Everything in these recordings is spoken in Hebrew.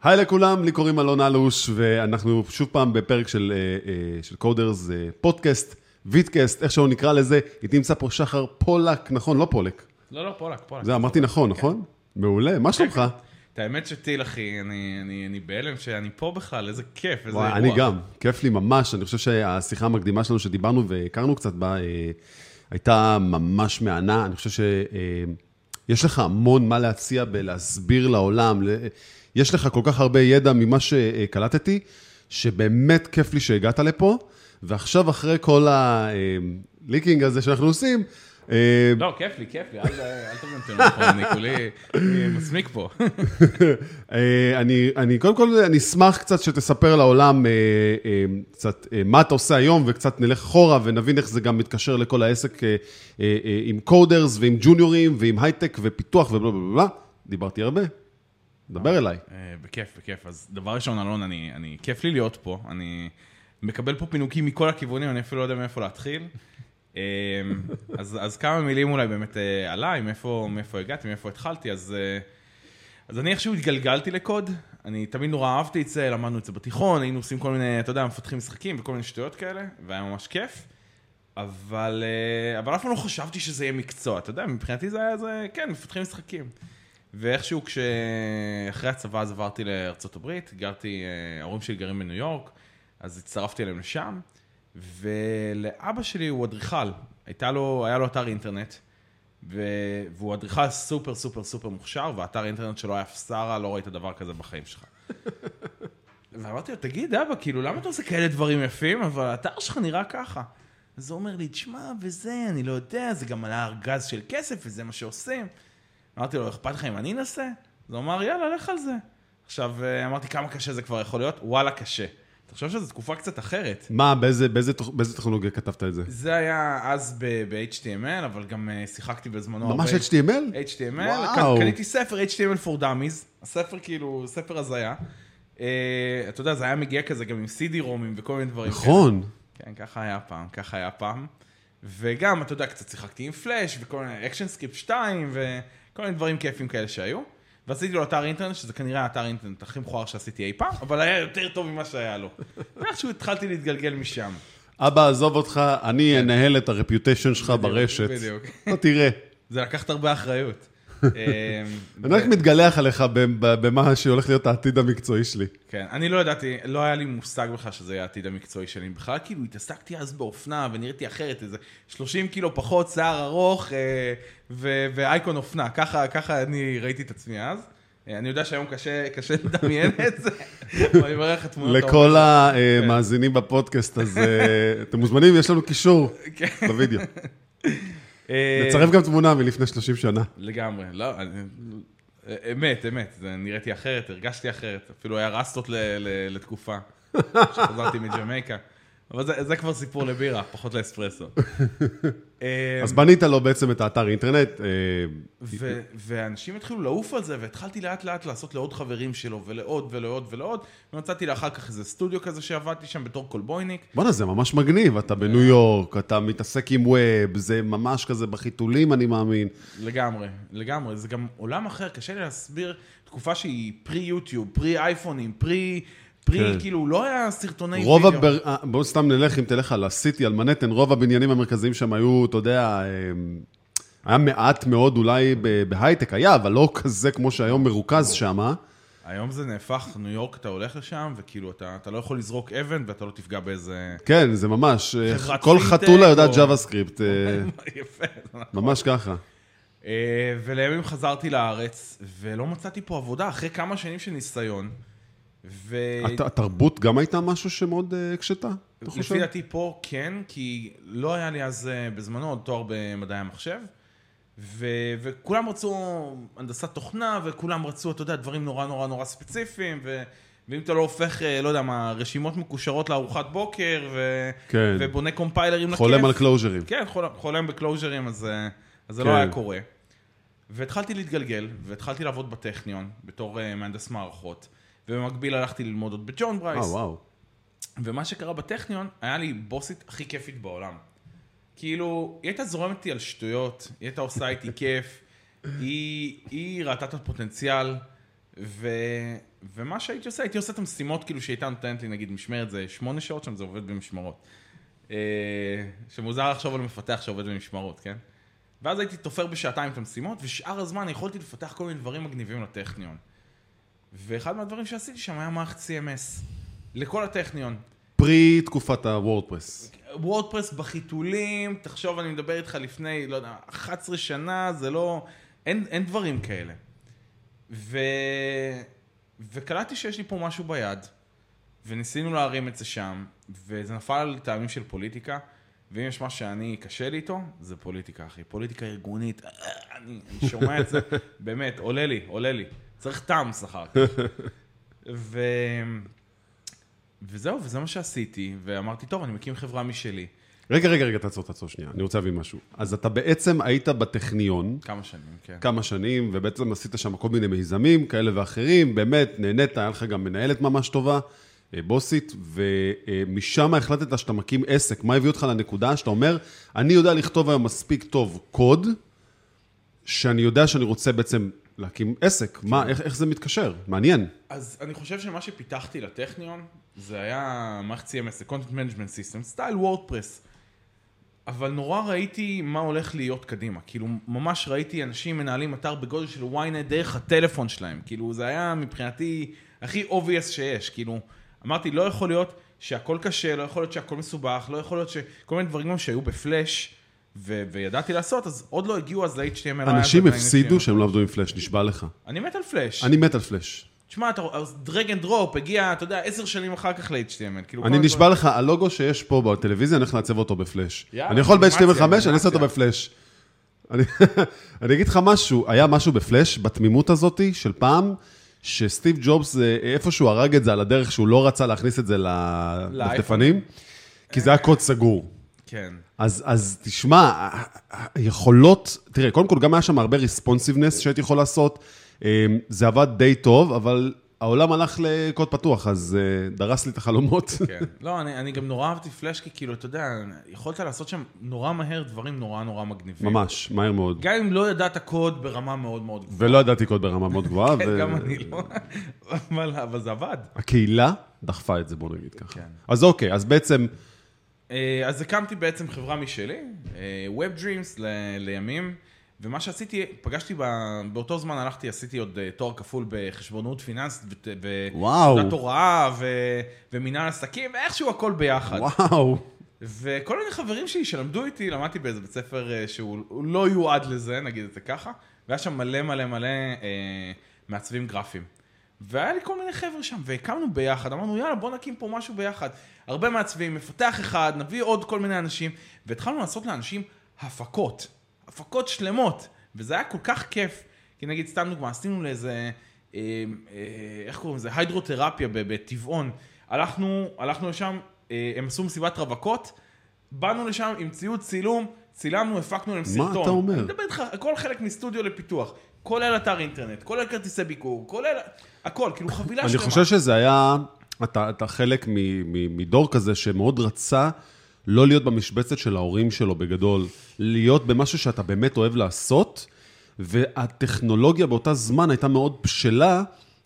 היי לכולם, לי קוראים אלון אלוש, ואנחנו שוב פעם בפרק של קודרס, פודקאסט, וידקאסט, איך שהוא נקרא לזה, איתי נמצא פה שחר פולק, נכון? לא פולק. לא, פולק. זה אמרתי נכון, נכון? מעולה, מה שלומך? את האמת שטיל, אחי, אני בהלם שאני פה בכלל, איזה כיף, איזה אירוע. אני גם, כיף לי ממש, אני חושב שהשיחה המקדימה שלנו שדיברנו והכרנו קצת בה, הייתה ממש מענה, אני חושב שיש לך המון מה להציע בלהסביר לעולם, יש לך כל כך הרבה ידע ממה שקלטתי, שבאמת כיף לי שהגעת לפה, ועכשיו אחרי כל הליקינג הזה שאנחנו עושים, לא, כיף לי, אל תבנתם נכון, אני כולי מסמיק פה. אני קודם כל, אני אשמח קצת שתספר לעולם קצת מה אתה עושה היום, וקצת נלך אחורה ונבין איך זה גם מתקשר לכל העסק עם קודרס ועם ג'וניורים ועם הייטק ופיתוח ובלה. דיברתי הרבה. דבר אליי. בכיף. אז דבר ראשון, אלון, כיף לי להיות פה. אני מקבל פה פינוקים מכל הכיוונים, אני אפילו לא יודע מאיפה להתחיל. אז כמה מילים אולי באמת עליי, מאיפה הגעתי, מאיפה התחלתי. אז אני איכשהו התגלגלתי לקוד. אני תמיד נורא אהבתי את זה, למדנו את זה בתיכון, היינו עושים כל מיני, אתה יודע, מפתחים משחקים וכל מיני שטויות כאלה, והיה ממש כיף. אבל אף פעם לא חשבתי שזה יהיה מקצוע, אתה יודע, מבחינתי זה היה, כן, מפתחים משחקים. ואיכשהו אחרי הצבא אז עברתי לארצות הברית, ההורים שלי גרים בניו יורק, אז הצטרפתי אליהם לשם, ולאבא שלי הוא אדריכל, היה לו אתר אינטרנט, והוא אדריכל סופר מוכשר, והאתר אינטרנט שלו היה פסרה, לא ראית דבר כזה בחיים שלך. ואמרתי לו, תגיד אבא, כאילו, למה אתה עושה כאלה דברים יפים, אבל האתר שלך נראה ככה. אז הוא אומר לי, תשמע, וזה, אני לא יודע, זה גם עלה ארגז של כסף, וזה מה שעושים. אמרתי לו, אכפת לך אם אני אנסה? אז הוא אמר, יאללה, לך על זה. עכשיו, אמרתי, כמה קשה זה כבר יכול להיות? וואלה, קשה. אתה חושב שזו תקופה קצת אחרת. מה, באיזה טכנולוגיה כתבת את זה? זה היה אז ב-HTML, אבל גם שיחקתי בזמנו. ממש HTML? HTML, קניתי ספר HTML for Dummies, הספר כאילו, ספר הזיה. אתה יודע, זה היה מגיע כזה גם עם CD-ROMים וכל מיני דברים. נכון. כן, ככה היה פעם. וגם, אתה יודע, קצת שיחקתי עם פלאש, וכל מיני אקשן סקריפט 2, וכל מיני דברים כיפים כאלה שהיו. ועשיתי לו אתר אינטרנט, שזה כנראה האתר אינטרנט הכי מכוער שעשיתי אי פעם, אבל היה יותר טוב ממה שהיה לו. ואיכשהו התחלתי להתגלגל משם. אבא, עזוב אותך, אני אנהל את הרפיוטיישן שלך ברשת. בדיוק. לא תראה. זה לקחת הרבה אחריות. אני רק מתגלח עליך במה שהולך להיות העתיד המקצועי שלי. כן, אני לא ידעתי, לא היה לי מושג בכלל שזה יהיה העתיד המקצועי שלי. בכלל כאילו התעסקתי אז באופנה ונראיתי אחרת, איזה 30 קילו פחות, שיער ארוך ואייקון אופנה. ככה אני ראיתי את עצמי אז. אני יודע שהיום קשה לדמיין את זה. אני מראה לך תמונות. לכל המאזינים בפודקאסט, אז אתם מוזמנים, יש לנו קישור בווידאו. נצרף גם תמונה מלפני 30 שנה. לגמרי, לא, אמת, זה נראיתי אחרת, הרגשתי אחרת, אפילו היה רסטות לתקופה, שחזרתי מג'מייקה, אבל זה כבר סיפור לבירה, פחות לאספרסו. אז בנית לו בעצם את האתר אינטרנט. ואנשים התחילו לעוף על זה, והתחלתי לאט לאט לעשות לעוד חברים שלו, ולעוד, ומצאתי לאחר כך איזה סטודיו כזה שעבדתי שם בתור קולבויניק. בוא'נה, זה ממש מגניב, אתה בניו יורק, אתה מתעסק עם ווב, זה ממש כזה בחיתולים, אני מאמין. לגמרי, זה גם עולם אחר, קשה לי להסביר תקופה שהיא פרי-יוטיוב, פרי-אייפונים, כאילו, לא היה סרטוני וידאו. בואו סתם נלך, אם תלך על הסיטי, על מנהטן, רוב הבניינים המרכזיים שם היו, אתה יודע, היה מעט מאוד אולי בהייטק, היה, אבל לא כזה כמו שהיום מרוכז שם. היום זה נהפך, ניו יורק אתה הולך לשם, וכאילו אתה לא יכול לזרוק אבן, ואתה לא תפגע באיזה... כן, זה ממש, כל חתולה יודעת ג'אווה סקריפט. יפה. ממש ככה. ולימים חזרתי לארץ, ולא מצאתי פה עבודה, אחרי כמה שנים של ניסיון. התרבות גם הייתה משהו שמאוד הקשתה? לפי דעתי פה כן, כי לא היה לי אז בזמנו עוד תואר במדעי המחשב, וכולם רצו הנדסת תוכנה, וכולם רצו, אתה יודע, דברים נורא ספציפיים, ואם אתה לא הופך, לא יודע מה, רשימות מקושרות לארוחת בוקר, ובונה קומפיילרים לכיף. חולם על קלוז'רים. כן, חולם בקלוז'רים, אז זה לא היה קורה. והתחלתי להתגלגל, והתחלתי לעבוד בטכניון, בתור מהנדס מערכות. ובמקביל הלכתי ללמוד עוד בג'ון ברייס. וואו. ומה שקרה בטכניון, היה לי בוסית הכי כיפית בעולם. כאילו, היא הייתה זורמת איתי על שטויות, היא הייתה עושה איתי כיף, היא ראתה את הפוטנציאל, ומה שהייתי עושה, הייתי עושה את המשימות כאילו שהייתה נותנת לי, נגיד, משמרת זה 8 שעות שם, זה עובד במשמרות. שמוזר לחשוב על מפתח שעובד במשמרות, כן? ואז הייתי תופר בשעתיים את המשימות, ושאר הזמן יכולתי לפתח כל מיני דברים מגניבים לטכניון. ואחד מהדברים שעשיתי שם היה מערכת CMS, לכל הטכניון. פרי תקופת הוורדפרס. וורדפרס בחיתולים, תחשוב, אני מדבר איתך לפני, לא יודע, 11 שנה, זה לא, אין דברים כאלה. וקלטתי שיש לי פה משהו ביד, וניסינו להרים את זה שם, וזה נפל על טעמים של פוליטיקה, ואם יש מה שאני קשה לי איתו, זה פוליטיקה, אחי. פוליטיקה ארגונית, אני שומע את זה, באמת, עולה לי. צריך טעם שכר. וזהו, וזה מה שעשיתי, ואמרתי, טוב, אני מקים חברה משלי. רגע, תעצור שנייה, אני רוצה להבין משהו. אז אתה בעצם היית בטכניון. כמה שנים, כן. כמה שנים, ובעצם עשית שם כל מיני מיזמים כאלה ואחרים, באמת נהנית, היה לך גם מנהלת ממש טובה, בוסית, ומשם החלטת שאתה מקים עסק. מה הביא אותך לנקודה שאתה אומר, אני יודע לכתוב היום מספיק טוב קוד, שאני יודע שאני רוצה בעצם להקים עסק. מה, איך זה מתקשר? מעניין. אז אני חושב שמה שפיתחתי לטכניון, זה היה מערכת CMS, זה Content Management System, סטייל וורדפרס. אבל נורא ראיתי מה הולך להיות קדימה. כאילו, ממש ראיתי אנשים מנהלים אתר בגודל של ynet דרך הטלפון שלהם. כאילו, זה היה מבחינתי הכי obvious שיש. כאילו, אמרתי, לא יכול להיות שהכל קשה, לא יכול להיות שהכל מסובך, לא יכול להיות שכל מיני דברים שהיו בפלאש, וידעתי לעשות, אז עוד לא הגיעו אז ל-HTML. אנשים הפסידו שהם לא עבדו עם פלאש, נשבע לך. אני מת על פלאש. אני מת על פלאש. תשמע, דרג אנד דרופ הגיע, אתה יודע, 10 שנים אחר כך ל-HTML. אני נשבע לך, הלוגו שיש פה בטלוויזיה, אני הולך לעצב אותו בפלאש. אני יכול ב-HTML5, אני אעשה אותו בפלאש. אני אגיד לך משהו, היה משהו בפלאש, בתמימות הזאת של פעם, שסטיב ג'ובס, איפשהו הרג את זה על הדרך, שהוא לא רצה להכניס את זה לדפדפנים, כי זה היה קוד סגור. כן. אז תשמע, יכולות, תראה, קודם כל גם היה שם הרבה ריספונסיבנס שהייתי יכול לעשות, זה עבד די טוב, אבל העולם הלך לקוד פתוח, אז דרס לי את החלומות. כן. לא, אני גם נורא אהבתי פלאש, כי כאילו, אתה יודע, יכולת לעשות שם נורא מהר דברים נורא מגניבים. ממש, מהר מאוד. גם אם לא ידעת קוד ברמה מאוד גבוהה. ולא ידעתי קוד ברמה מאוד גבוהה. כן, גם אני לא. אבל זה עבד. הקהילה דחפה את זה, בוא נגיד ככה. אז אוקיי, אז בעצם... אז הקמתי בעצם חברה משלי, Web Dreams לימים, ומה שעשיתי, פגשתי באותו זמן הלכתי, עשיתי עוד תואר כפול בחשבונות פיננס, ותעודת הוראה, ומנהל עסקים, ואיכשהו הכל ביחד. וואו. וכל מיני חברים שלי שלמדו איתי, למדתי באיזה בית ספר שהוא לא יועד לזה, נגיד את זה ככה, והיה שם מלא מעצבים גרפיים. והיה לי כל מיני חבר'ה שם, והקמנו ביחד, אמרנו, יאללה, בוא נקים פה משהו ביחד. הרבה מעצבים, מפתח אחד, נביא עוד כל מיני אנשים, והתחלנו לעשות לאנשים הפקות שלמות, וזה היה כל כך כיף, כי נגיד, סתם דוגמה, עשינו לאיזה, איך קוראים לזה, היידרותרפיה בטבעון, הלכנו לשם, הם עשו מסיבת רווקות, באנו לשם עם ציוד צילום, צילמנו, הפקנו להם סרטון. מה אתה אומר? אני מדבר איתך, הכל חלק מסטודיו לפיתוח, כולל אתר אינטרנט, כולל כרטיסי ביקור, כולל הכל, כאילו חבילה שלמה. אני חושב שזה היה, אתה חלק מדור כזה שמאוד רצה לא להיות במשבצת של ההורים שלו בגדול, להיות במשהו שאתה באמת אוהב לעשות, והטכנולוגיה באותה זמן הייתה מאוד בשלה,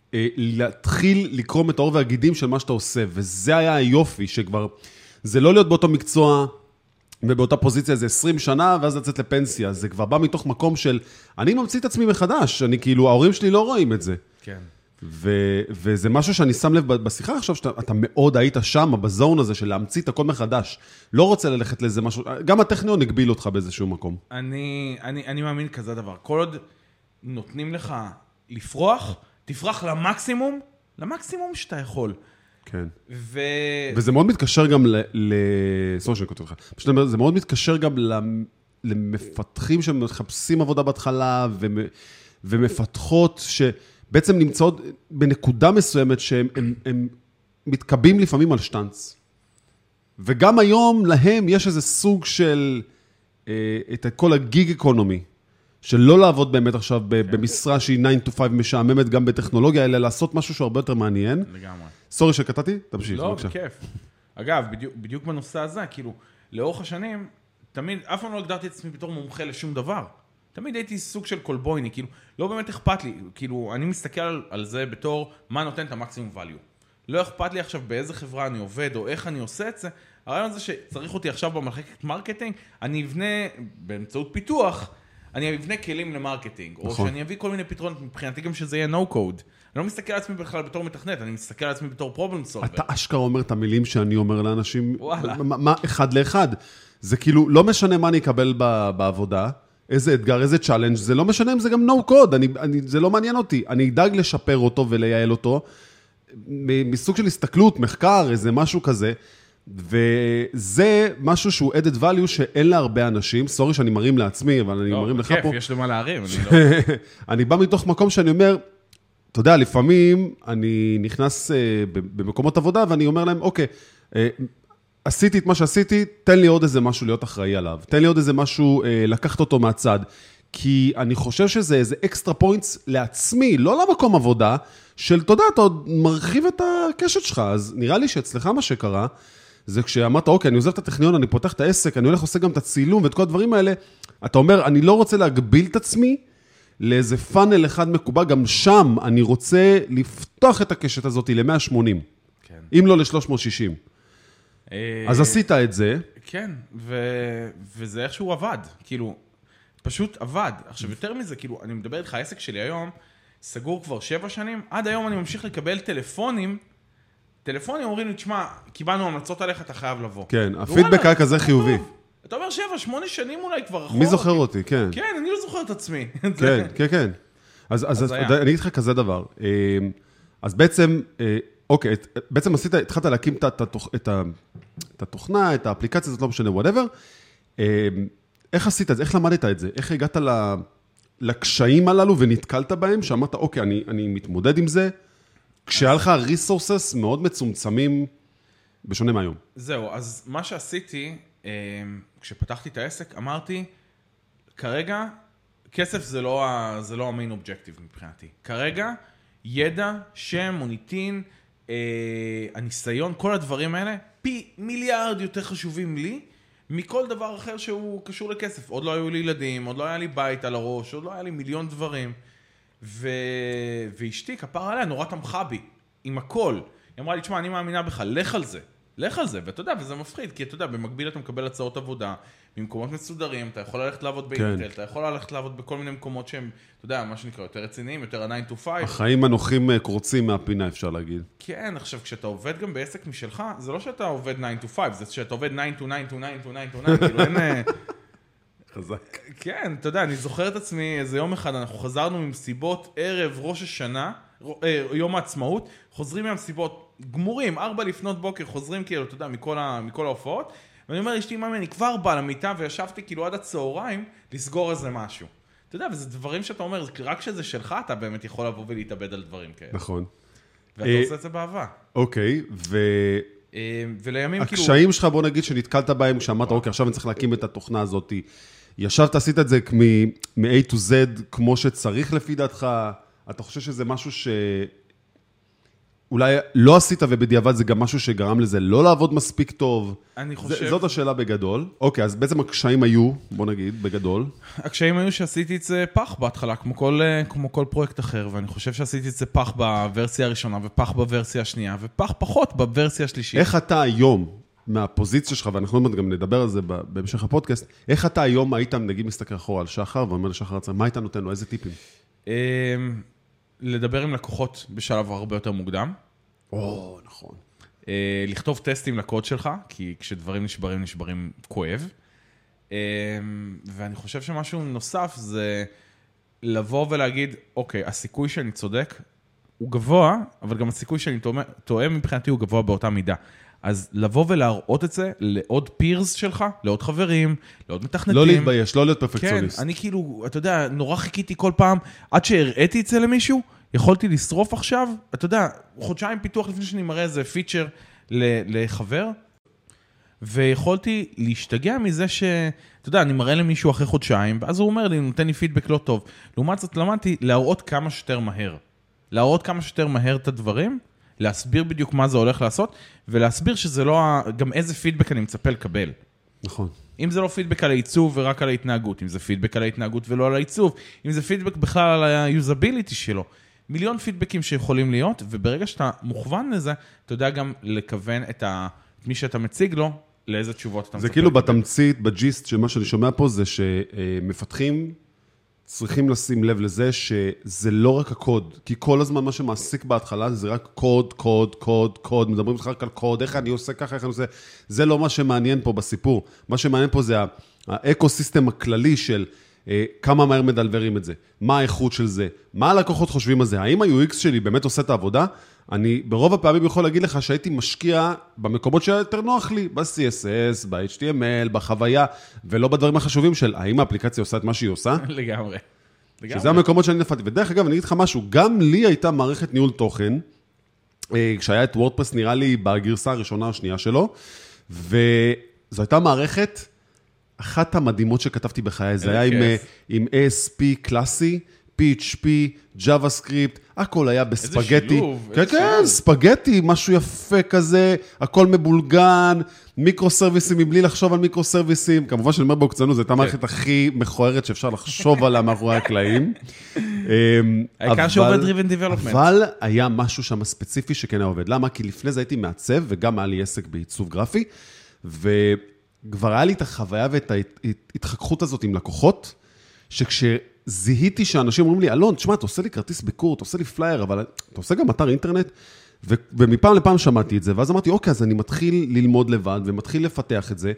להתחיל לקרום את האור והגידים של מה שאתה עושה, וזה היה היופי, שכבר, זה לא להיות באותו מקצוע, ובאותה פוזיציה זה 20 שנה, ואז לצאת לפנסיה, זה כבר בא מתוך מקום של, אני ממציא את עצמי מחדש, אני כאילו, ההורים שלי לא רואים את זה. כן. וזה משהו שאני שם לב בשיחה עכשיו, שאתה מאוד היית שם, בזון הזה של להמציא את הכל מחדש. לא רוצה ללכת לזה משהו, גם הטכניון הגביל אותך באיזשהו מקום. אני מאמין כזה דבר. כל עוד נותנים לך לפרוח, תפרח למקסימום שאתה יכול. כן. וזה מאוד מתקשר גם סורי שאני כותב לך. פשוט זה מאוד מתקשר גם למפתחים שמחפשים עבודה בהתחלה, ומפתחות בעצם נמצאות בנקודה מסוימת שהם מתקבים לפעמים על שטנץ. וגם היום להם יש איזה סוג של את כל הגיג אקונומי, של לא לעבוד באמת עכשיו במשרה שהיא 9 to 5 משעממת גם בטכנולוגיה, אלא לעשות משהו שהוא הרבה יותר מעניין. לגמרי. סורי שקטעתי? תמשיך. לא, בכיף. אגב, בדיוק בנושא הזה, כאילו, לאורך השנים, תמיד, אף פעם לא הגדרתי את עצמי בתור מומחה לשום דבר. תמיד הייתי סוג של קולבויני, כאילו, לא באמת אכפת לי, כאילו, אני מסתכל על זה בתור מה נותן את המקסימום value. לא אכפת לי עכשיו באיזה חברה אני עובד, או איך אני עושה את זה. הרעיון הזה שצריך אותי עכשיו במחלקת מרקטינג, אני אבנה, באמצעות פיתוח, אני אבנה כלים למרקטינג, או שאני אביא כל מיני פתרונות, מבחינתי גם שזה יהיה no code. אני לא מסתכל על עצמי בכלל בתור מתכנת, אני מסתכל על עצמי בתור problem solver. אתה אשכרה אומר את המילים שאני אומר לאנשים, מה אחד לאחד. זה כאילו, לא משנה מה אני אקבל בעבודה, איזה אתגר, איזה צ'אלנג', זה לא משנה אם זה גם no code, זה לא מעניין אותי. אני אדאג לשפר אותו ולייעל אותו, מסוג של הסתכלות, מחקר, איזה משהו כזה, וזה משהו שהוא added value שאין לה הרבה אנשים, סורי שאני מרים לעצמי, אבל אני מרים לך פה. כיף, יש למה להרים. אני בא מתוך מקום שאני אומר, אתה יודע, לפעמים אני נכנס במקומות עבודה, ואני אומר להם, אוקיי, עשיתי את מה שעשיתי, תן לי עוד איזה משהו להיות אחראי עליו, תן לי עוד איזה משהו לקחת אותו מהצד, כי אני חושב שזה איזה אקסטרה פוינטס לעצמי, לא למקום עבודה, של תודה, אתה עוד מרחיב את הקשת שלך, אז נראה לי שאצלך מה שקרה, זה כשאמרת, אוקיי, אני עוזב את הטכניון, אני פותח את העסק, אני הולך עושה גם את הצילום ואת כל הדברים האלה, אתה אומר, אני לא רוצה להגביל את עצמי, לאיזה פאנל אחד מקובע, גם שם אני רוצה לפתוח את הקשת הזאת ל-180, כן. אם לא ל-360. אז עשית את זה. כן, וזה איכשהו עבד, כאילו, פשוט עבד. עכשיו, יותר מזה, כאילו, אני מדבר איתך, העסק שלי היום, סגור כבר 7 שנים, עד היום אני ממשיך לקבל טלפונים אומרים לי, תשמע, קיבלנו המלצות עליך, אתה חייב לבוא. כן, הפידבק היה כזה חיובי. אתה אומר 7-8 שנים אולי כבר אחורה. מי זוכר אותי, כן. כן, אני לא זוכר את עצמי. כן, כן, כן. אז אני אגיד לך כזה דבר. אז בעצם, אוקיי, בעצם התחלת להקים את התוכנה, את האפליקציה, זאת לא משנה, whatever. איך עשית את זה? איך למדת את זה? איך הגעת לקשיים הללו ונתקלת בהם, שאמרת, אוקיי, אני מתמודד עם זה, כשהיה לך resources מאוד מצומצמים, בשונה מהיום. זהו, אז מה שעשיתי, כשפתחתי את העסק, אמרתי, כרגע, כסף זה לא המיין אובג'קטיב מבחינתי. כרגע, ידע, שם, מוניטין, הניסיון, כל הדברים האלה, פי מיליארד יותר חשובים לי, מכל דבר אחר שהוא קשור לכסף. עוד לא היו לי ילדים, עוד לא היה לי בית על הראש, עוד לא היה לי מיליון דברים. ואשתי, כפרה עליה, נורא תמכה בי, עם הכל. היא אמרה לי, תשמע, אני מאמינה בך, לך על זה. לך על זה, ואתה יודע, וזה מפחיד, כי אתה יודע, במקביל אתה מקבל הצעות עבודה, במקומות מסודרים, אתה יכול ללכת לעבוד באינטל, אתה יכול ללכת לעבוד בכל מיני מקומות שהם, אתה יודע, מה שנקרא, יותר רציניים, יותר ה-9 to 5. החיים הנוחים קורצים מהפינה, אפשר להגיד. כן, עכשיו, כשאתה עובד גם בעסק משלך, זה לא שאתה עובד 9 to 5, זה שאתה עובד 9 to 9 to 9 to 9 to 9, כאילו אין... חזק. כן, אתה יודע, אני זוכר את עצמי, איזה יום אחד, אנחנו חזרנו ממסיבות ערב ראש השנה, יום העצמאות, חוזרים מהמסיבות גמורים, 4 לפנות בוקר, חוזרים כאילו, אתה יודע, מכל ההופעות, ואני אומר, אשתי, מאמי, אני כבר בא למיטה, וישבתי כאילו עד הצהריים, לסגור איזה משהו. אתה יודע, וזה דברים שאתה אומר, רק שזה שלך, אתה באמת יכול לבוא ולהתאבד על דברים כאלה. נכון. ואתה עושה את זה באהבה. אוקיי, ולימים כאילו... הקשיים שלך, בוא נגיד, שנתקלת בהם, כשאמרת, אוקיי, עכשיו אני צריך להקים את התוכנה הזאת, ישבת, עשית את זה מ-A to Z, כמו שצריך לפי דעתך, אתה חושב שזה משהו שאולי לא עשית, ובדיעבד זה גם משהו שגרם לזה לא לעבוד מספיק טוב. אני חושב... זאת השאלה בגדול. אוקיי, אז בעצם הקשיים היו, בוא נגיד, בגדול. הקשיים היו שעשיתי את זה פח בהתחלה, כמו כל פרויקט אחר, ואני חושב שעשיתי את זה פח בוורסיה הראשונה, ופח בוורסיה השנייה, ופח פחות בוורסיה השלישית. איך אתה היום, מהפוזיציה שלך, ואנחנו גם נדבר על זה בהמשך הפודקאסט, איך אתה היום היית, נגיד, מסתכל אחורה על שחר, ואומר לשחר, מה היית נותן לו? איזה טיפים? לדבר עם לקוחות בשלב הרבה יותר מוקדם. נכון. לכתוב טסטים לקוד שלך, כי כשדברים נשברים כואב. ואני חושב שמשהו נוסף זה לבוא ולהגיד, אוקיי, הסיכוי שאני צודק הוא גבוה, אבל גם הסיכוי שאני טועה מבחינתי הוא גבוה באותה מידה. אז לבוא ולהראות את זה לעוד פירס שלך, לעוד חברים, לעוד מתכנתים. לא להתבייש, לא להיות פרפקציוניסט. כן, אני כאילו, אתה יודע, נורא חיכיתי כל פעם, עד שהראיתי את זה למישהו, יכולתי לשרוף עכשיו, אתה יודע, חודשיים פיתוח לפני שאני מראה איזה פיצ'ר לחבר, ויכולתי להשתגע מזה ש, אתה יודע, אני מראה למישהו אחרי חודשיים, ואז הוא אומר לי, נותן לי פידבק לא טוב. לעומת זאת, למדתי להראות כמה שיותר מהר. להראות כמה שיותר מהר את הדברים, להסביר בדיוק מה זה הולך לעשות, ולהסביר שזה לא, גם איזה פידבק אני מצפה לקבל. נכון. אם זה לא פידבק על העיצוב ורק על ההתנהגות, אם זה פידבק על ההתנהגות ולא על העיצוב, אם זה פידבק בכלל על היוזביליטי שלו. מיליון פידבקים שיכולים להיות, וברגע שאתה מוכוון לזה, אתה יודע גם לכוון את מי שאתה מציג לו, לאיזה תשובות אתה מצפה. זה כאילו בתמצית, בג'יסט, שמה שאני שומע פה זה שמפתחים צריכים לשים לב לזה שזה לא רק הקוד, כי כל הזמן מה שמעסיק בהתחלה זה רק קוד, קוד, קוד, קוד, מדברים רק על קוד, איך אני עושה ככה, איך אני עושה, זה לא מה שמעניין פה בסיפור, מה שמעניין פה זה האקוסיסטם הכללי של כמה מהר מדלברים את זה, מה האיכות של זה, מה הלקוחות חושבים על זה, האם ה-UX שלי באמת עושה את העבודה, אני ברוב הפעמים יכול להגיד לך שהייתי משקיע במקומות שיותר נוח לי, ב-CSS, ב-HTML, בחוויה, ולא בדברים החשובים של האם האפליקציה עושה את מה שהיא עושה. לגמרי. שזה המקומות שאני נפלתי. ודרך אגב, אני אגיד לך משהו, גם לי הייתה מערכת ניהול תוכן, כשהיה את וורדפרס נראה לי בגרסה הראשונה או השנייה שלו, וזו הייתה מערכת, אחת המדהימות שכתבתי בחיי, זה היה עם ASP קלאסי, PHP, JavaScript, הכל היה בספגטי. איזה שילוב. כן, כן, ספגטי, משהו יפה כזה, הכל מבולגן, מיקרו-סרוויסים, מבלי לחשוב על מיקרו-סרוויסים. כמובן שאני אומר בעוקצנות, זו הייתה המערכת הכי מכוערת שאפשר לחשוב עליה מאחורי הקלעים. העיקר שעובד driven development. אבל היה משהו שם ספציפי שכן היה עובד. למה? כי לפני זה הייתי מעצב, וגם היה לי עסק בעיצוב גרפי, וכבר היה לי את החוויה ואת ההתחככות הזאת עם לקוחות, זיהיתי שאנשים אומרים לי, אלון, תשמע, אתה עושה לי כרטיס ביקור, אתה עושה לי פלייר, אבל אתה עושה גם אתר אינטרנט, ומפעם לפעם שמעתי את זה, ואז אמרתי, אוקיי, אז אני מתחיל ללמוד לבד, ומתחיל לפתח את זה,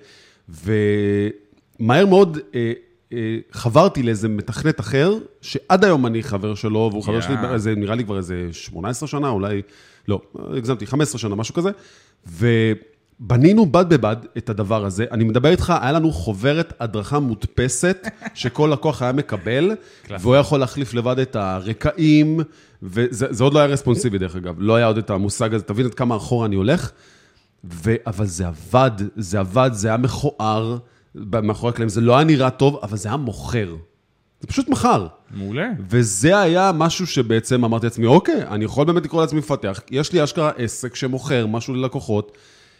ומהר מאוד חברתי לאיזה מתכנת אחר, שעד היום אני חבר שלו, והוא חבר שלי, זה נראה לי כבר איזה 18 שנה, אולי, לא, הגזמתי, 15 שנה, משהו כזה, בנינו בד בבד את הדבר הזה, אני מדבר איתך, היה לנו חוברת הדרכה מודפסת, שכל לקוח היה מקבל, והוא יכול להחליף לבד את הרקעים, וזה עוד לא היה רספונסיבי דרך אגב, לא היה עוד את המושג הזה, תבין את כמה אחורה אני הולך, אבל זה עבד, זה היה מכוער, מאחורי הקלעים, זה לא היה נראה טוב, אבל זה היה מוכר. זה פשוט מחר. מעולה. וזה היה משהו שבעצם אמרתי לעצמי, אוקיי, אני יכול באמת לקרוא לעצמי מפתח, יש לי אשכרה עסק שמוכר משהו ללקוחות,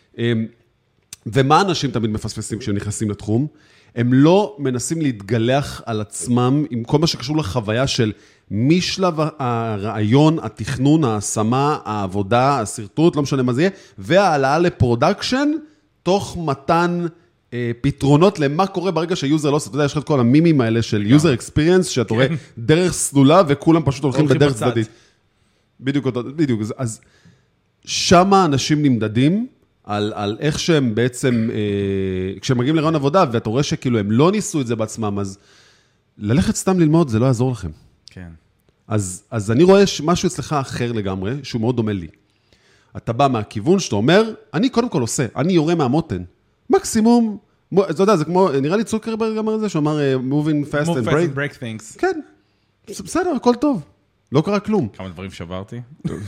ומה אנשים תמיד מפספסים כשהם נכנסים לתחום? הם לא מנסים להתגלח על עצמם עם כל מה שקשור לחוויה של משלב הרעיון, התכנון, ההשמה, העבודה, הסרטוט, לא משנה מה זה יהיה, והעלאה לפרודקשן, תוך מתן פתרונות למה קורה ברגע שיוזר לא עושה. אתה יודע, יש לך את כל המימים האלה של יוזר אקספיריאנס, שאתה רואה דרך סלולה וכולם פשוט הולכים בדרך צדדית. בדיוק. אז שמה אנשים נמדדים, על איך שהם בעצם, כשהם מגיעים לרעיון עבודה, ואתה רואה שכאילו הם לא ניסו את זה בעצמם, אז ללכת סתם ללמוד, זה לא יעזור לכם. כן. אז אני רואה משהו אצלך אחר לגמרי, שהוא מאוד דומה לי. אתה בא מהכיוון שאתה אומר, אני קודם כל עושה, אני יורה מהמותן. מקסימום, אתה יודע, זה כמו, נראה לי צוקרברג אמר את זה, שהוא אמר, moving fast and break things. כן, בסדר, הכל טוב. לא קרה כלום. כמה דברים שברתי.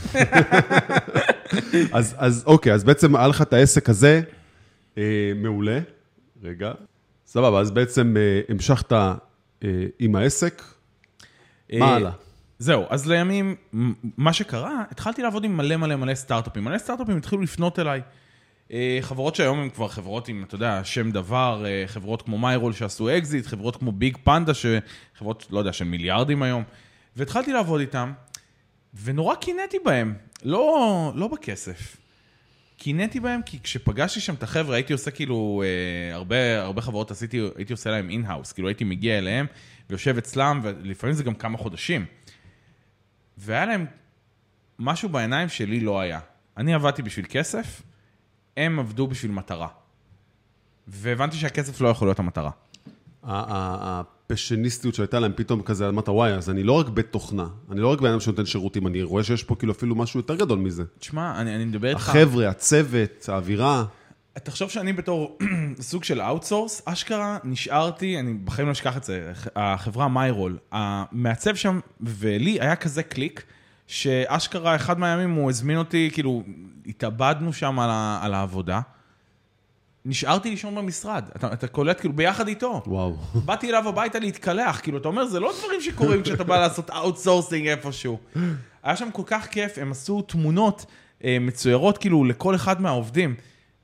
אז אוקיי, אז בעצם היה לך את העסק הזה, מעולה, רגע, סבבה, אז בעצם המשכת עם העסק, מה הלאה? זהו, אז לימים, מה שקרה, התחלתי לעבוד עם מלא סטארט-אפים, מלא סטארט-אפים התחילו לפנות אליי, חברות שהיום הן כבר חברות עם, אתה יודע, שם דבר, חברות כמו מיירול שעשו אקזיט, חברות כמו ביג פנדה, חברות, לא יודע, של מיליארדים היום, והתחלתי לעבוד איתם, ונורא קינאתי בהם, לא בכסף. קינאתי בהם כי כשפגשתי שם את החבר'ה, הייתי עושה כאילו, הרבה חברות הייתי עושה להם אין-האוס, כאילו הייתי מגיע אליהם ויושב אצלם, ולפעמים זה גם כמה חודשים. והיה להם משהו בעיניים שלי לא היה. אני עבדתי בשביל כסף, הם עבדו בשביל מטרה. והבנתי שהכסף לא יכול להיות המטרה. הפשניסטיות שהייתה להם פתאום כזה, אמרת וואי, אז אני לא רק בתוכנה, אני לא רק באדם שנותן שירותים, אני רואה שיש פה כאילו אפילו משהו יותר גדול מזה. תשמע, אני מדבר איתך... החבר'ה, הצוות, האווירה. תחשוב שאני בתור סוג של אאוטסורס, אשכרה נשארתי, אני בחיים לא אשכח את זה, החברה מיירול, המעצב שם, ולי היה כזה קליק, שאשכרה אחד מהימים הוא הזמין אותי, כאילו, התאבדנו שם על העבודה, נשארתי לישון במשרד, אתה קולט כאילו ביחד איתו. וואו. באתי אליו הביתה להתקלח, כאילו אתה אומר, זה לא דברים שקורים כשאתה בא לעשות אאוטסורסינג איפשהו. היה שם כל כך כיף, הם עשו תמונות מצוירות כאילו לכל אחד מהעובדים,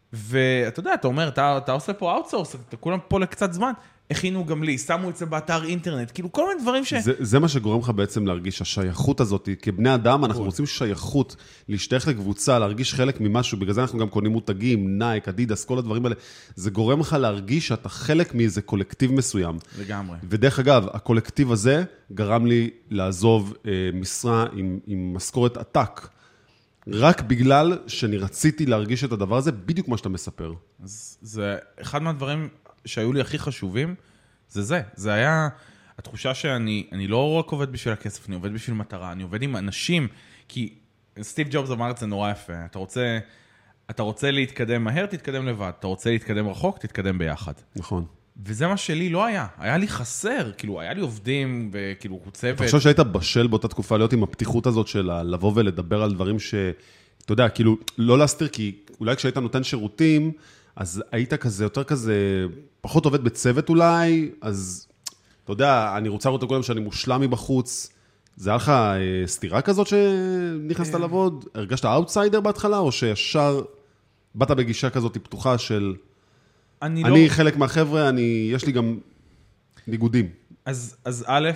ואתה יודע, אתה אומר, אתה עושה פה אאוטסורס, אתה כולם פה לקצת זמן, הכינו גם לי, שמו את זה באתר אינטרנט, כאילו כל מיני דברים זה מה שגורם לך בעצם להרגיש השייכות הזאת, כבני אדם אנחנו רוצים שייכות, להשתייך לקבוצה, להרגיש חלק ממשהו, בגלל זה אנחנו גם קונים מותגים, נייק, אדידס, כל הדברים האלה, זה גורם לך להרגיש שאתה חלק מאיזה קולקטיב מסוים. לגמרי. ודרך אגב, הקולקטיב הזה גרם לי לעזוב משרה עם משכורת עתק, רק בגלל שאני רציתי להרגיש את הדבר הזה, בדיוק מה שאתה מספר. אז זה אחד מהדברים שהיו לי הכי חשובים, זה היה התחושה שאני לא רק עובד בשביל הכסף, אני עובד בשביל מטרה, אני עובד עם אנשים, כי סטיב ג'ובס אמר את זה נורא יפה, אתה רוצה להתקדם מהר, תתקדם לבד, אתה רוצה להתקדם רחוק, תתקדם ביחד. נכון. וזה מה שלי לא היה לי חסר, כאילו היה לי עובדים וכאילו צוות. אתה חושב שהיית בשל באותה תקופה להיות עם הפתיחות הזאת של לבוא ולדבר על דברים אתה יודע, כאילו לא להסתיר, כי אולי כשהיית נותן שירותים, אז היית כזה, יותר כזה, פחות עובד בצוות אולי, אז אתה יודע, אני רוצה לראות קודם שאני מושלם מבחוץ, זה היה לך סתירה כזאת שנכנסת לעבוד? הרגשת אאוטסיידר בהתחלה, או שישר באת בגישה כזאת פתוחה של אני חלק מהחבר'ה, יש לי גם ניגודים. אז א',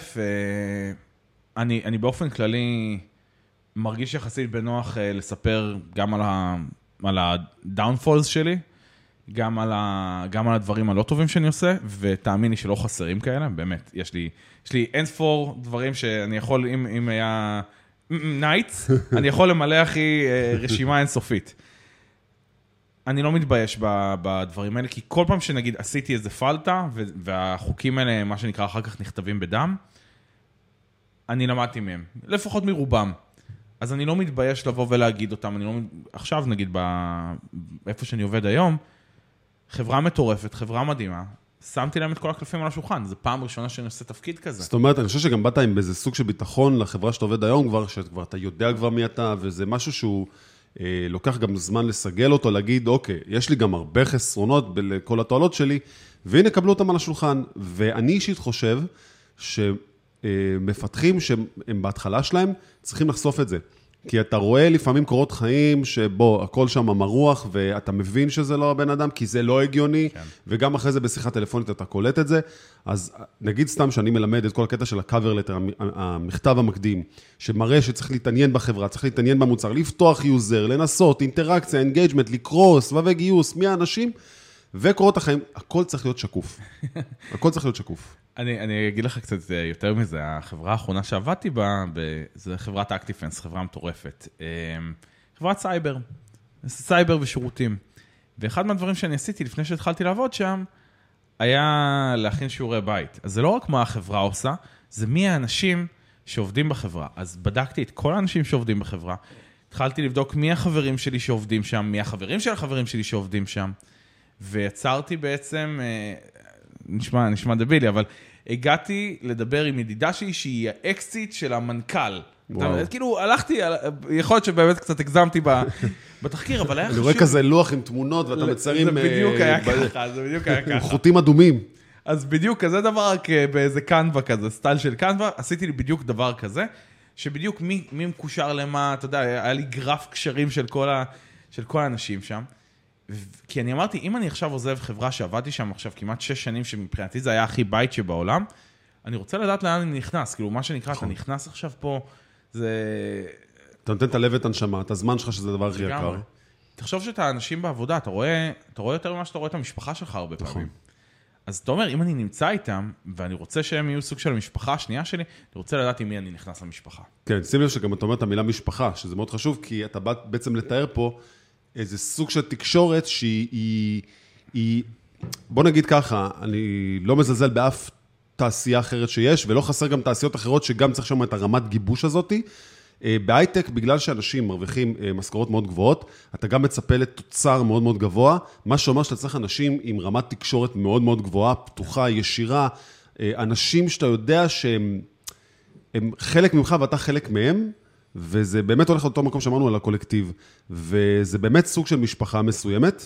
אני באופן כללי מרגיש יחסית בנוח לספר גם על הדאונפולס שלי, גם על הדברים הלא טובים שאני עושה, ותאמין לי שלא חסרים כאלה, באמת, יש לי אין ספור דברים שאני יכול, אם היה נייטס, אני יכול למלא הכי רשימה אינסופית. אני לא מתבייש בדברים האלה, כי כל פעם שנגיד עשיתי איזה פלטה, והחוקים האלה, מה שנקרא, אחר כך נכתבים בדם, אני למדתי מהם, לפחות מרובם. אז אני לא מתבייש לבוא ולהגיד אותם, עכשיו נגיד, איפה שאני עובד היום, חברה מטורפת, חברה מדהימה, שמתי להם את כל הקלפים על השולחן, זו פעם ראשונה שאני עושה תפקיד כזה. זאת אומרת, אני חושב שגם באת עם איזה סוג של ביטחון לחברה שאתה עובד היום כבר, שכבר אתה יודע כבר מי אתה, וזה משהו שהוא לוקח גם זמן לסגל אותו, להגיד, אוקיי, יש לי גם הרבה חסרונות בכל התועלות שלי, והנה קבלו אותם על השולחן. ואני אישית חושב שמפתחים שהם בהתחלה שלהם, צריכים לחשוף את זה. כי אתה רואה לפעמים קורות חיים שבו הכל שם מרוח, ואתה מבין שזה לא הבן אדם, כי זה לא הגיוני, כן. וגם אחרי זה בשיחה טלפונית אתה קולט את זה. אז נגיד סתם שאני מלמד את כל הקטע של הקאבר לטר, המכתב המקדים, שמראה שצריך להתעניין בחברה, צריך להתעניין במוצר, לפתוח יוזר, לנסות, אינטראקציה, אינגייג'מנט, לקרוא, סבבי גיוס, מי האנשים, וקורות החיים, הכל צריך להיות שקוף. הכל צריך להיות שקוף. אני אגיד לך קצת יותר מזה, החברה האחרונה שעבדתי בה, זה חברת אקטיפנס, חברה מטורפת. חברת סייבר ושירותים. ואחד מהדברים שאני עשיתי לפני שהתחלתי לעבוד שם, היה להכין שיעורי בית. אז זה לא רק מה החברה עושה, זה מי האנשים שעובדים בחברה. אז בדקתי את כל האנשים שעובדים בחברה, התחלתי לבדוק מי החברים שלי שעובדים שם, מי החברים של החברים שלי שעובדים שם, ויצרתי בעצם... נשמע דבילי, אבל הגעתי לדבר עם ידידה שלי, שהיא האקסיט של המנכ"ל. כאילו, הלכתי, יכול להיות שבאמת קצת הגזמתי בתחקיר, אבל היה חשוב. אני רואה כזה לוח עם תמונות, ואתה מצרים... זה בדיוק היה ככה, עם חוטים אדומים. אז בדיוק כזה דבר, רק באיזה קנווה כזה, סטייל של קנווה, עשיתי לי בדיוק דבר כזה, שבדיוק מי מקושר למה, אתה יודע, היה לי גרף קשרים של כל האנשים שם. כי אני אמרתי, אם אני עכשיו עוזב חברה שעבדתי שם עכשיו כמעט 6 שנים, שמבחינתי זה היה הכי בית שבעולם, אני רוצה לדעת לאן אני נכנס, כאילו מה שנקרא, אתה נכנס עכשיו פה, זה... אתה נותן את הלב ואת הנשמה, את הזמן שלך שזה דבר הכי יקר. תחשוב שאתה אנשים בעבודה, אתה רואה יותר ממה שאתה רואה את המשפחה שלך הרבה פעמים. אז אתה אומר, אם אני נמצא איתם, ואני רוצה שהם יהיו סוג של המשפחה השנייה שלי, אני רוצה לדעת עם מי אני נכנס למשפחה. כן, שים לב שגם אתה אומר את המילה משפחה, שזה מאוד חשוב, כי אתה בא בעצם לתאר פה איזה סוג של תקשורת שהיא, בוא נגיד ככה, אני לא מזלזל באף תעשייה אחרת שיש, ולא חסר גם תעשיות אחרות שגם צריך שם את הרמת גיבוש הזאת. בהייטק, בגלל שאנשים מרוויחים משכורות מאוד גבוהות, אתה גם מצפה לתוצר מאוד מאוד גבוה, מה שאומר שאתה צריך אנשים עם רמת תקשורת מאוד מאוד גבוהה, פתוחה, ישירה, אנשים שאתה יודע שהם חלק ממך ואתה חלק מהם, וזה באמת הולך לאותו מקום שאמרנו על הקולקטיב, וזה באמת סוג של משפחה מסוימת.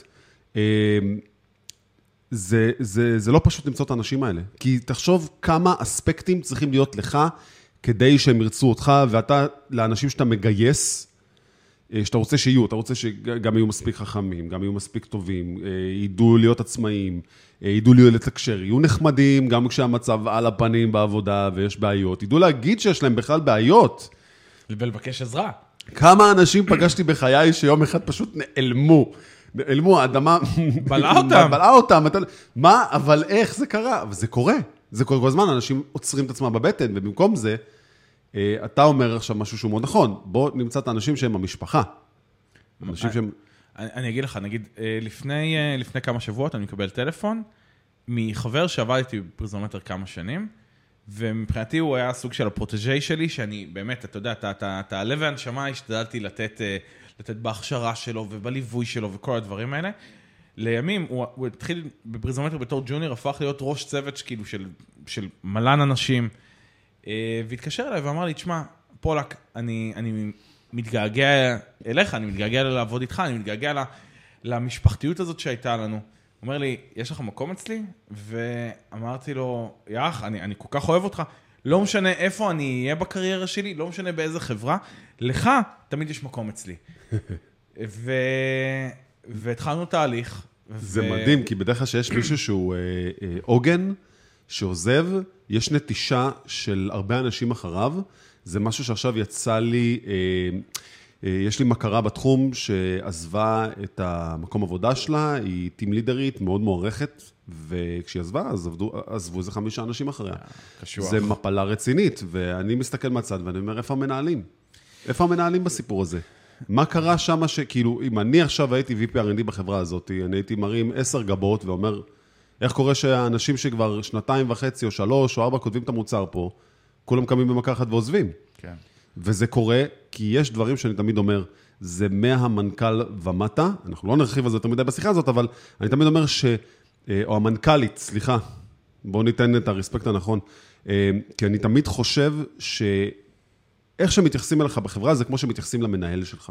זה לא פשוט למצוא את האנשים האלה, כי תחשוב כמה אספקטים צריכים להיות לך, כדי שהם ירצו אותך, ואתה, לאנשים שאתה מגייס, שאתה רוצה שיהיו, אתה רוצה שגם יהיו מספיק חכמים, גם יהיו מספיק טובים, ידעו להיות עצמאים, ידעו להיות לתקשר, יהיו נחמדים גם כשהמצב על הפנים בעבודה ויש בעיות, ידעו להגיד שיש להם בכלל בעיות. ולבקש עזרה. כמה אנשים פגשתי בחיי שיום אחד פשוט נעלמו, האדמה בלעה אותם. מה, אבל איך זה קרה? וזה קורה. זה קורה כל הזמן, אנשים עוצרים את עצמם בבטן, ובמקום זה, אתה אומר עכשיו משהו שהוא מאוד נכון. בוא נמצא את האנשים שהם המשפחה. אנשים שהם... אני אגיד לך, נגיד, לפני כמה שבועות אני מקבל טלפון מחבר שעבד איתי בפריזומטר כמה שנים, ומבחינתי הוא היה סוג של הפרוטג'י שלי, שאני באמת, אתה יודע, את הלב והנשמה השתדלתי לתת בהכשרה שלו ובליווי שלו וכל הדברים האלה. לימים, הוא התחיל בפריזומטר בתור ג'וניור, הפך להיות ראש צוות כאילו של מלן אנשים, והתקשר אליי ואמר לי, תשמע, פולק, אני מתגעגע אליך, אני מתגעגע לעבוד איתך, אני מתגעגע למשפחתיות הזאת שהייתה לנו. הוא אומר לי, יש לך מקום אצלי? ואמרתי לו, יח, אני כל כך אוהב אותך, לא משנה איפה אני אהיה בקריירה שלי, לא משנה באיזה חברה, לך תמיד יש מקום אצלי. והתחלנו תהליך. זה מדהים, כי בדרך כלל שיש מישהו שהוא עוגן, שעוזב, יש נטישה של הרבה אנשים אחריו, זה משהו שעכשיו יצא לי, יש לי מכרה בתחום שעזבה את המקום עבודה שלה, היא טים לידרית מאוד מוערכת, וכשהיא עזבה, אז עזבו איזה 5 אנשים אחריה. קשוח. זה מפלה רצינית, ואני מסתכל מהצד ואני אומר, איפה המנהלים? איפה המנהלים בסיפור הזה? מה קרה שם שכאילו, אם אני עכשיו הייתי VP R&D בחברה הזאת, אני הייתי מרים 10 גבות ואומר, איך קורה שהאנשים שכבר 2.5 או 3 או 4 כותבים את המוצר פה, כולם קמים במכה אחת ועוזבים. כן. וזה קורה כי יש דברים שאני תמיד אומר, זה מהמנכ"ל ומטה, אנחנו לא נרחיב על זה יותר מדי בשיחה הזאת, אבל אני תמיד אומר או המנכ"לית, סליחה, בואו ניתן את הרספקט הנכון, כי אני תמיד חושב איך שמתייחסים אליך בחברה, זה כמו שמתייחסים למנהל שלך.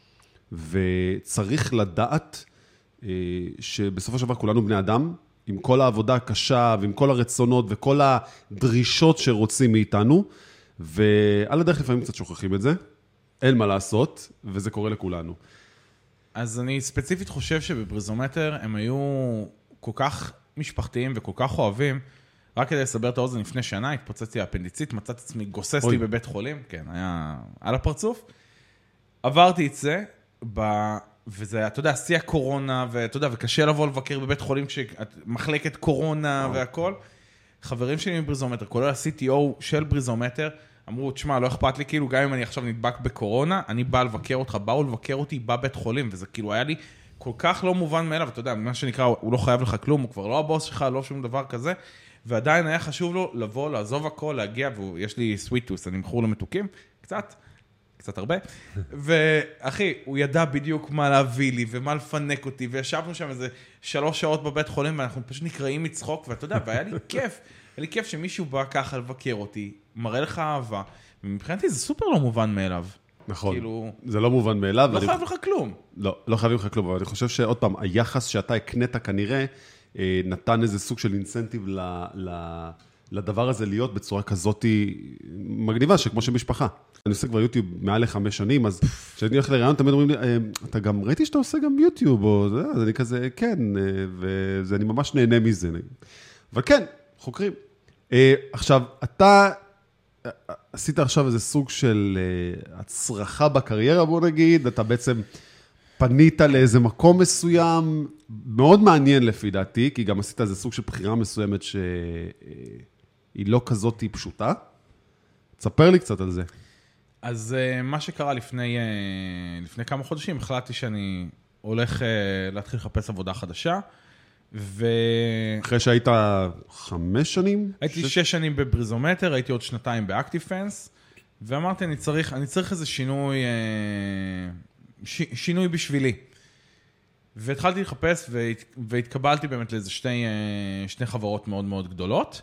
וצריך לדעת שבסופו של דבר כולנו בני אדם, עם כל העבודה הקשה ועם כל הרצונות וכל הדרישות שרוצים מאיתנו, ועל הדרך לפעמים קצת שוכחים את זה, אין מה לעשות, וזה קורה לכולנו. אז אני ספציפית חושב שבפריזומטר הם היו כל כך משפחתיים וכל כך אוהבים, רק כדי לסבר את האוזן, לפני שנה התפוצצתי האפנדיצית, מצאתי עצמי גוססתי בבית חולים, כן, היה על הפרצוף. עברתי את זה, וזה, אתה יודע, שיא הקורונה, ואתה יודע, וקשה לבוא לבקר בבית חולים כשמחלקת קורונה והכל. חברים שלי מבריזומטר, כולל ה-CTO של בריזומטר, אמרו, תשמע, לא אכפת לי, כאילו, גם אם אני עכשיו נדבק בקורונה, אני בא לבקר אותך, באו לבקר אותי בבית חולים, וזה כאילו היה לי כל כך לא מובן מאליו, אתה יודע, מה שנקרא, הוא לא חייב לך כלום, הוא כבר לא הבוס שלך, לא שום דבר כזה, ועדיין היה חשוב לו לבוא, לעזוב הכל, להגיע, ויש לי סוויטוס, אני מכור למתוקים, קצת הרבה, ואחי, הוא ידע בדיוק מה להביא לי, ומה לפנק אותי, וישבנו שם איזה 3 שעות בבית חולים, ואנחנו פשוט נקראים מצחוק, ואתה יודע, והיה לי כיף, היה לי כיף שמישהו בא ככה לבקר אותי, מראה לך אהבה, ומבחינתי זה סופר לא מובן מאליו. נכון, זה לא מובן מאליו. לא חייב לך כלום. לא חייבים לך כלום, אבל אני חושב שעוד פעם, היחס שאתה הקנית כנראה, נתן איזה סוג של אינסנטיב לדבר הזה להיות בצורה כזאת מגניבה, שכמו שמשפחה. אני עושה כבר יוטיוב מעל ל5 שנים, אז כשאני הולך לרעיון, תמיד אומרים לי, אתה גם ראיתי שאתה עושה גם יוטיוב, או זה, אז אני כזה, כן, ואני ממש נהנה מזה. אבל כן, חוקרים. עכשיו, אתה עשית עכשיו איזה סוג של הצרחה בקריירה, בוא נגיד, אתה בעצם פנית לאיזה מקום מסוים, מאוד מעניין לפי דעתי, כי גם עשית איזה סוג של בחירה מסוימת שהיא לא כזאת פשוטה. תספר לי קצת על זה. אז מה שקרה לפני כמה חודשים, החלטתי שאני הולך להתחיל לחפש עבודה חדשה, אחרי שהיית 5 שנים? הייתי 6 שנים בבריזומטר, הייתי עוד 2 באקטיפנס, ואמרתי, אני צריך איזה שינוי בשבילי. והתחלתי לחפש, והתקבלתי באמת לאיזה 2 חברות מאוד מאוד גדולות,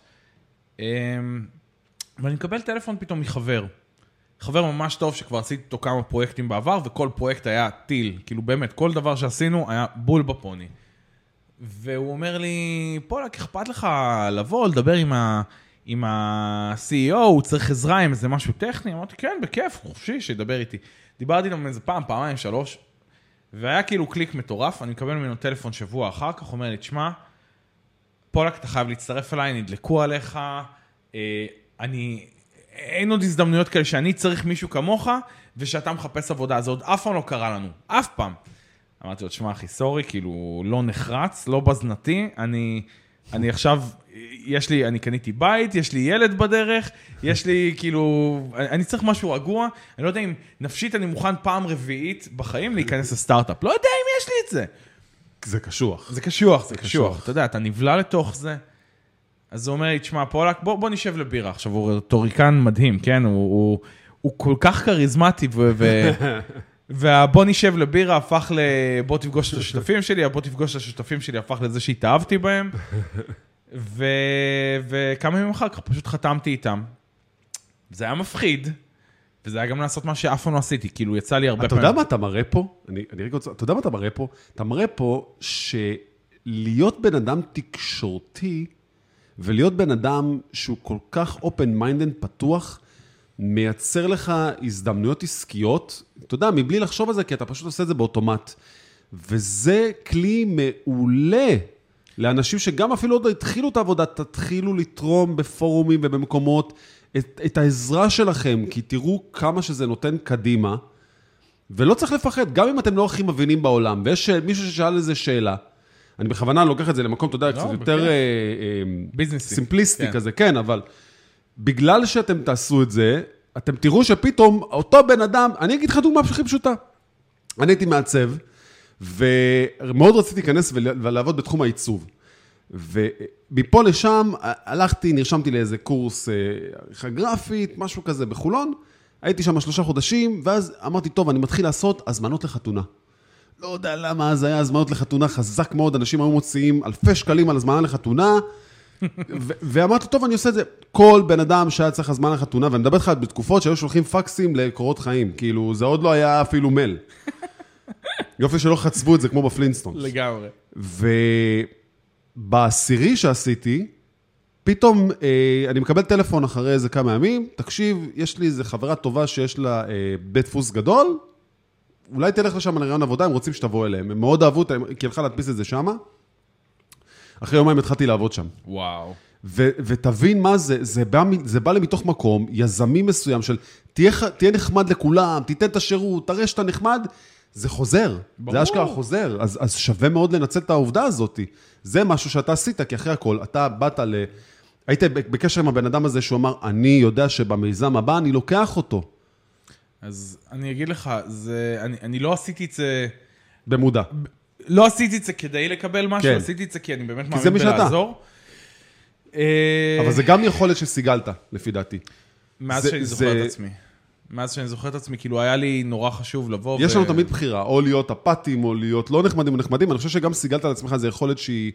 ואני מקבל טלפון פתאום מחבר. חבר ממש טוב שכבר עשיתי אותו כמה פרויקטים בעבר, וכל פרויקט היה טיל. כאילו באמת, כל דבר שעשינו היה בול בפוני. והוא אומר לי, פולק, אכפת לך לבוא, לדבר עם ה-CEO, הוא צריך עזרה עם איזה משהו טכני, אמרתי, כן, בכיף, חופשי, שידבר איתי. דיברתי איתם איזה פעמיים, 3, והיה כאילו קליק מטורף, אני מקבל ממנו טלפון שבוע אחר כך, אומר לי, תשמע, פולק, אתה חייב להצטרף אליי, נדלקו עליך, אין עוד הזדמנויות כאלה שאני צריך מישהו כמוך, ושאתה מחפש עבודה, זה עוד אף פעם לא קרה לנו, אף פעם. אמרתי לו, תשמע, אחי, סורי, כאילו, לא נחרץ, לא בזנתי, אני עכשיו, אני קניתי בית, יש לי ילד בדרך, יש לי, כאילו, אני צריך משהו רגוע, אני לא יודע אם נפשית אני מוכן פעם רביעית בחיים להיכנס לסטארט-אפ, לא יודע אם יש לי את זה. זה קשוח. זה קשוח. אתה יודע, אתה נבלה לתוך זה. אז הוא אומר לי, תשמע, פולק, בוא נשב לבירה. עכשיו, הוא רטוריקן מדהים, כן? הוא כל כך כריזמטי, והבוא נשב לבירה הפך לבוא תפגוש את השותפים שלי, הבוא תפגוש את השותפים שלי הפך לזה שהתאהבתי בהם, וכמה ימים אחר כך פשוט חתמתי איתם. זה היה מפחיד, וזה היה גם לעשות מה שאף פעם לא עשיתי, כאילו יצא לי הרבה פעמים. אתה יודע מה אתה מראה פה? אתה יודע מה אתה מראה פה? אתה מראה פה שלהיות בן אדם תקשורתי, ולהיות בן אדם שהוא כל כך open-minded, פתוח, מייצר לך הזדמנויות עסקיות, אתה יודע, מבלי לחשוב על זה, כי אתה פשוט עושה את זה באוטומט. וזה כלי מעולה לאנשים שגם אפילו עוד התחילו את העבודה, תתחילו לתרום בפורומים ובמקומות את העזרה שלכם, כי תראו כמה שזה נותן קדימה, ולא צריך לפחד, גם אם אתם לא הכי מבינים בעולם, ויש מישהו ששאל איזה שאלה, אני בכוונה לוקח את זה למקום, אתה יודע, קצת יותר סימפליסטי כזה, כן, אבל בגלל שאתם תעשו את זה, אתם תראו שפתאום אותו בן אדם, אני אגיד לך דוגמה הכי פשוטה, אני הייתי מעצב, ומאוד רציתי להיכנס ולעבוד בתחום העיצוב. ומפה לשם הלכתי, נרשמתי לאיזה קורס עריכה גרפית, משהו כזה בחולון, הייתי שם 3 חודשים, ואז אמרתי, טוב, אני מתחיל לעשות הזמנות לחתונה. לא יודע למה אז היה הזמנות לחתונה חזק מאוד, אנשים היו מוציאים אלפי שקלים על הזמנה לחתונה, ואמרתי, טוב, אני עושה את זה. כל בן אדם שהיה צריך הזמנה לחתונה, ואני מדבר לך בתקופות שהיו שולחים פקסים לקורות חיים, כאילו זה עוד לא היה אפילו מייל. יופי שלא חצבו את זה כמו בפלינסטונס. לגמרי. ובעשירי שעשיתי, פתאום אני מקבל טלפון אחרי איזה כמה ימים, תקשיב, יש לי איזו חברה טובה שיש לה בית דפוס גדול, אולי תלך לשם לרעיון עבודה, הם רוצים שתבוא אליהם. הם מאוד אהבו, כי הלכה להדפיס את זה שמה. אחרי יומיים התחלתי לעבוד שם. וואו. ותבין מה זה, זה בא לי מתוך מקום, יזמי מסוים של, תהיה נחמד לכולם, תיתן את השירות, תראה שאתה נחמד, זה חוזר. זה אשכרה חוזר. אז שווה מאוד לנצל את העובדה הזאת. זה משהו שאתה עשית, כי אחרי הכל, אתה באת היית בקשר עם הבן אדם הזה, שהוא אמר, אני יודע שבמיזם הבא אני לוקח אותו. אז אני אגיד לך, אני לא עשיתי את זה... במודע. לא עשיתי את זה כדי לקבל משהו, כן. עשיתי את זה כי אני באמת כי מאמין בלעזור. אבל זה גם יכולת שסיגלת, לפי דעתי. מאז שאני זוכר את עצמי. מאז שאני זוכר את עצמי, כאילו היה לי נורא חשוב לבוא יש לנו תמיד בחירה, או להיות אפתיים, או להיות לא נחמדים או נחמדים. אני חושב שגם סיגלת על עצמך, זה יכולת שהיא...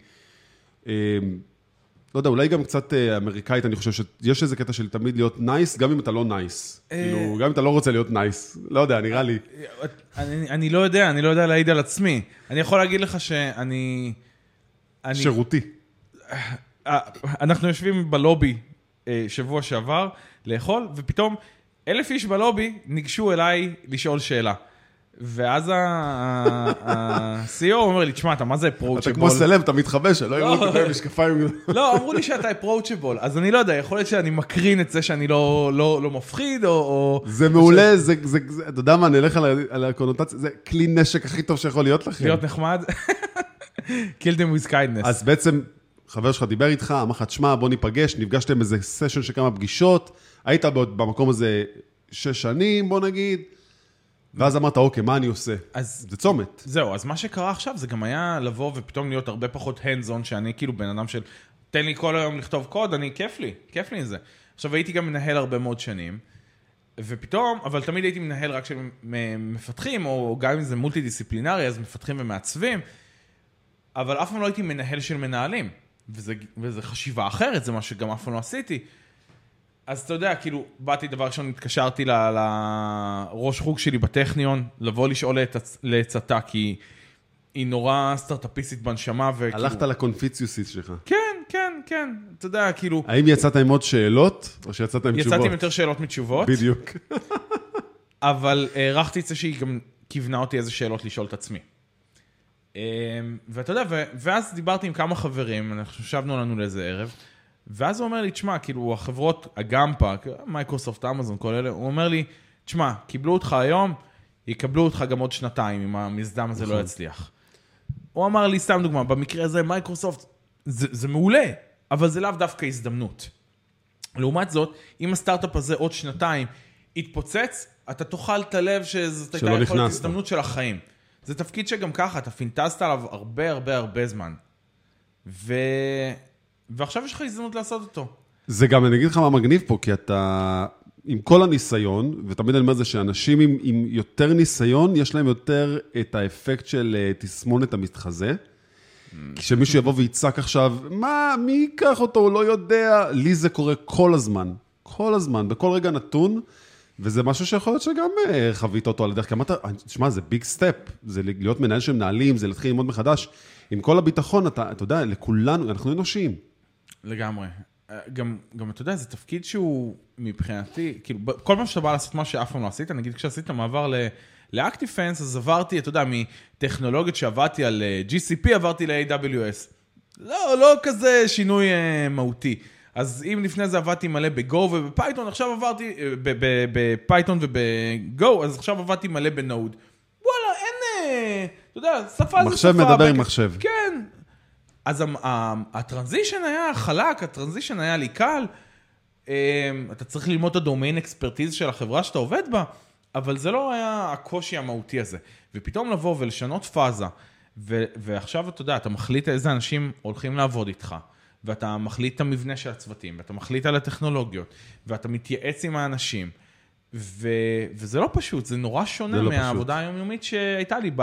לא יודע, אולי גם קצת אמריקאית, אני חושב שיש איזה קטע של תמיד להיות נייס, גם אם אתה לא נייס. כאילו, גם אם אתה לא רוצה להיות נייס. לא יודע, נראה לי. אני לא יודע להעיד על עצמי. אני יכול להגיד לך שאני... שירותי. אנחנו יושבים בלובי שבוע שעבר לאכול, ופתאום 1,000 איש בלובי ניגשו אליי לשאול שאלה. ואז ה-CEO אומר לי, תשמע, אתה מה זה approachable? אתה כמו סלב, אתה מתחבש, לא יראו אותי במשקפיים. לא, אמרו לי שאתה approachable, אז אני לא יודע, יכול להיות שאני מקרין את זה שאני לא מפחיד, או... זה מעולה, אתה יודע מה, נלך על הקונוטציה, זה כלי נשק הכי טוב שיכול להיות לכם. להיות נחמד? kill them with kindness. אז בעצם, חבר שלך דיבר איתך, אמר לך, תשמע, בוא ניפגש, נפגשתם איזה סשן של כמה פגישות, היית במקום הזה 6 שנים, בוא נגיד, ואז אמרת, אוקיי, מה אני עושה? זה צומת. זהו, אז מה שקרה עכשיו, זה גם היה לבוא ופתאום להיות הרבה פחות hands-on, שאני כאילו בן אדם של, תן לי כל היום לכתוב קוד, כיף לי עם זה. עכשיו, הייתי גם מנהל הרבה מאוד שנים, ופתאום, אבל תמיד הייתי מנהל רק של מפתחים, או גם אם זה מולטי-דיסציפלינרי, אז מפתחים ומעצבים, אבל אף פעם לא הייתי מנהל של מנהלים, וזה חשיבה אחרת, זה מה שגם אף פעם לא עשיתי. אז אתה יודע, כאילו, באתי דבר ראשון, התקשרתי לראש חוג שלי בטכניון, לבוא לשאול לעצתה, כי היא נורא סטארט-אפיסטית בנשמה, הלכת לקונפיציוסית שלך. כן, כן, כן, אתה יודע, כאילו... האם יצאת עם עוד שאלות, או שיצאת עם תשובות? יצאתי עם יותר שאלות מתשובות. בדיוק. אבל הערכתי את זה שהיא גם כיוונה אותי איזה שאלות לשאול את עצמי. ואתה יודע, ואז דיברתי עם כמה חברים, אנחנו חשבנו לנו לאיזה ערב, ואז הוא אומר לי, תשמע, כאילו החברות, הגמפה, מייקרוסופט, אמזון, כל אלה, הוא אומר לי, תשמע, קיבלו אותך היום, יקבלו אותך גם עוד שנתיים, אם המסדם הזה לא יצליח. הוא אמר לי, סתם דוגמה, במקרה הזה, מייקרוסופט, זה מעולה, אבל זה לאו דווקא הזדמנות. לעומת זאת, אם הסטארט-אפ הזה עוד שנתיים יתפוצץ, אתה תוכל את הלב שזאת הייתה יכולת הזדמנות של החיים. זה תפקיד שגם ככה, אתה פינטזת עליו הרבה הרבה הרבה זמן. ועכשיו יש לך הזדמנות לעשות אותו. זה גם, אני אגיד לך מה מגניב פה, כי אתה, עם כל הניסיון, ותמיד אני אומר זה שאנשים עם יותר ניסיון, יש להם יותר את האפקט של תסמונת המתחזה. כשמישהו יבוא ויצק עכשיו, מי ייקח אותו, הוא לא יודע, לי זה קורה כל הזמן, בכל רגע נתון, וזה משהו שיכול להיות שגם חווית אותו על הדרך, כי אמרת, תשמע, זה ביג סטפ, זה להיות מנהל של מנהלים, זה להתחיל ללמוד מחדש, עם כל הביטחון, אתה יודע, לכולנו, אנחנו אנושיים. לגמרי. גם אתה יודע, זה תפקיד שהוא מבחינתי, כאילו, כל פעם שאתה בא לעשות מה שאף פעם לא עשית, נגיד כשעשית מעבר לאקטיפנס, אז עברתי, אתה יודע, מטכנולוגיות שעבדתי על GCP, עברתי ל-AWS. לא כזה שינוי מהותי. אז אם לפני זה עבדתי מלא ב-Go ובפייתון, עכשיו עברתי בפייתון וב-Go, אז עכשיו עבדתי מלא ב-Node. וואלה, אין, אתה יודע, שפה זה שפה. מחשב מדבר עם מחשב. כן. אז הטרנזישן היה חלק, הטרנזישן היה לי קל. אתה צריך ללמוד את הדומיין אקספרטיז של החברה שאתה עובד בה, אבל זה לא היה הקושי המהותי הזה. ופתאום לבוא ולשנות פאזה, ועכשיו אתה יודע, אתה מחליט איזה אנשים הולכים לעבוד איתך, ואתה מחליט את המבנה של הצוותים, ואתה מחליט על הטכנולוגיות, ואתה מתייעץ עם האנשים, וזה לא פשוט, זה נורא שונה מהעבודה היומיומית שהייתה לי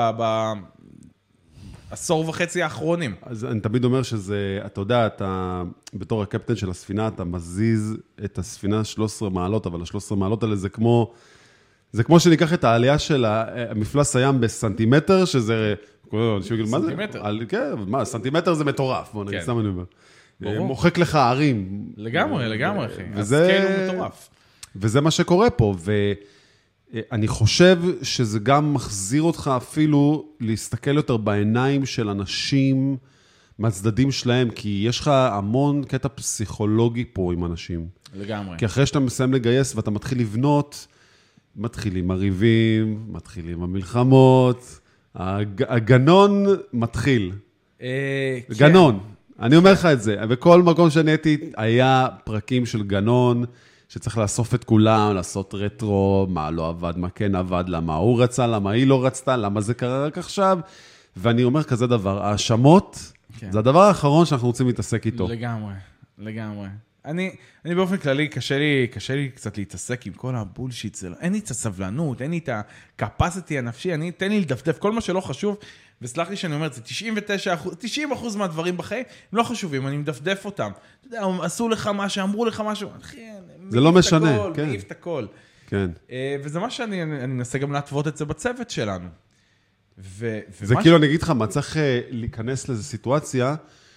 בעשור וחצי האחרונים. אז אני תמיד אומר שזה, אתה יודע, אתה בתור הקפטן של הספינה, אתה מזיז את הספינה 13 מעלות, אבל ה-13 מעלות האלה זה כמו שניקח את העלייה של מפלס הים בסנטימטר, שזה... סנטימטר. כן, סנטימטר זה מטורף, בוא נגיד, סתם אני אומר. מוחק לך ערים. לגמרי, אחי. הסקייל הוא מטורף. וזה מה שקורה פה, ואני חושב שזה גם מחזיר אותך אפילו להסתכל יותר בעיניים של אנשים מהצדדים שלהם, כי יש לך המון קטע פסיכולוגי פה עם אנשים. לגמרי. כי אחרי שאתה מסיים לגייס ואתה מתחיל לבנות, מתחילים הריבים, מתחילים המלחמות, הגנון מתחיל. גנון. אני אומר לך את זה. בכל מקום שאני הייתי, היה פרקים של גנון, שצריך לאסוף את כולם, לעשות רטרו, מה לא עבד, מה כן עבד, למה הוא רצה, למה היא לא רצתה, למה זה קרה רק עכשיו. ואני אומר כזה דבר, האשמות, זה הדבר האחרון שאנחנו רוצים להתעסק איתו. לגמרי. אני באופן כללי, קשה לי קצת להתעסק עם כל הבולשיט, אין לי את הסבלנות, אין לי את הקפסיטי הנפשי, תן לי לדפדף, כל מה שלא חשוב, וסלח לי שאני אומר, זה 90% מהדברים בחיים, הם לא חשובים, אני מדפדף אותם. אתה יודע, עשו לך משהו, אמרו לך משהו, זה לא משנה, כן. מעיף את הכל. כן. וזה מה שאני מנסה גם להתוות את זה בצוות שלנו. זה כאילו, אני אגיד לך, מה צריך להיכנס לאיזו סיטואציה,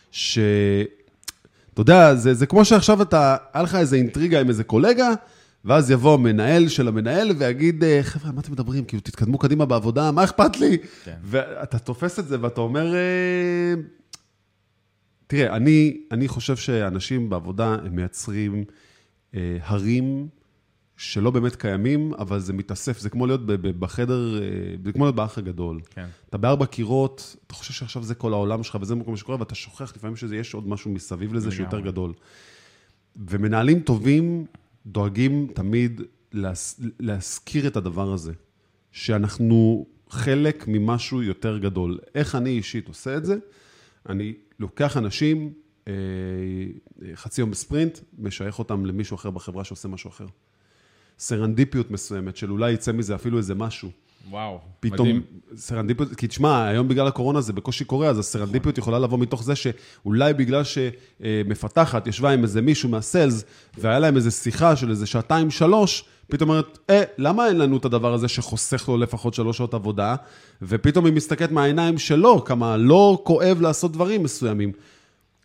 אתה יודע, זה כמו שעכשיו היה לך איזו אינטריגה עם איזה קולגה, ואז יבוא מנהל של המנהל ויגיד, חבר'ה, מה אתם מדברים? כאילו, תתקדמו קדימה בעבודה, מה אכפת לי? כן. ואתה תופס את זה ואתה אומר, תראה, אני חושב שאנשים בעבודה הם מייצרים הרים שלא באמת קיימים, אבל זה מתאסף, זה כמו להיות בחדר, זה כמו להיות באח הגדול. כן. אתה בארבע קירות, אתה חושב שעכשיו זה כל העולם שלך, וזה מקום שקורה, ואתה שוכח לפעמים שיש עוד משהו מסביב לזה שיותר גדול. ומנהלים טובים דואגים תמיד להזכיר את הדבר הזה, שאנחנו חלק ממשהו יותר גדול. איך אני אישית עושה את זה? אני לוקח אנשים, חצי יום בספרינט, משייך אותם למישהו אחר בחברה שעושה משהו אחר. סרנדיפיות מסוימת, של אולי יצא מזה אפילו איזה משהו. וואו, פתאום, מדהים. סרנדיפיות, כי תשמע, היום בגלל הקורונה זה בקושי קורה, אז הסרנדיפיות יכולה לבוא מתוך זה שאולי בגלל שמפתחת ישבה עם איזה מישהו מהסלס, והיה להם איזה שיחה של איזה 2-3, פתאום אומרת, למה אין לנו את הדבר הזה שחוסך לו לפחות 3 שעות עבודה, ופתאום היא מסתכלת מהעיניים שלו, כמה לא כואב לעשות דברים מסוימים.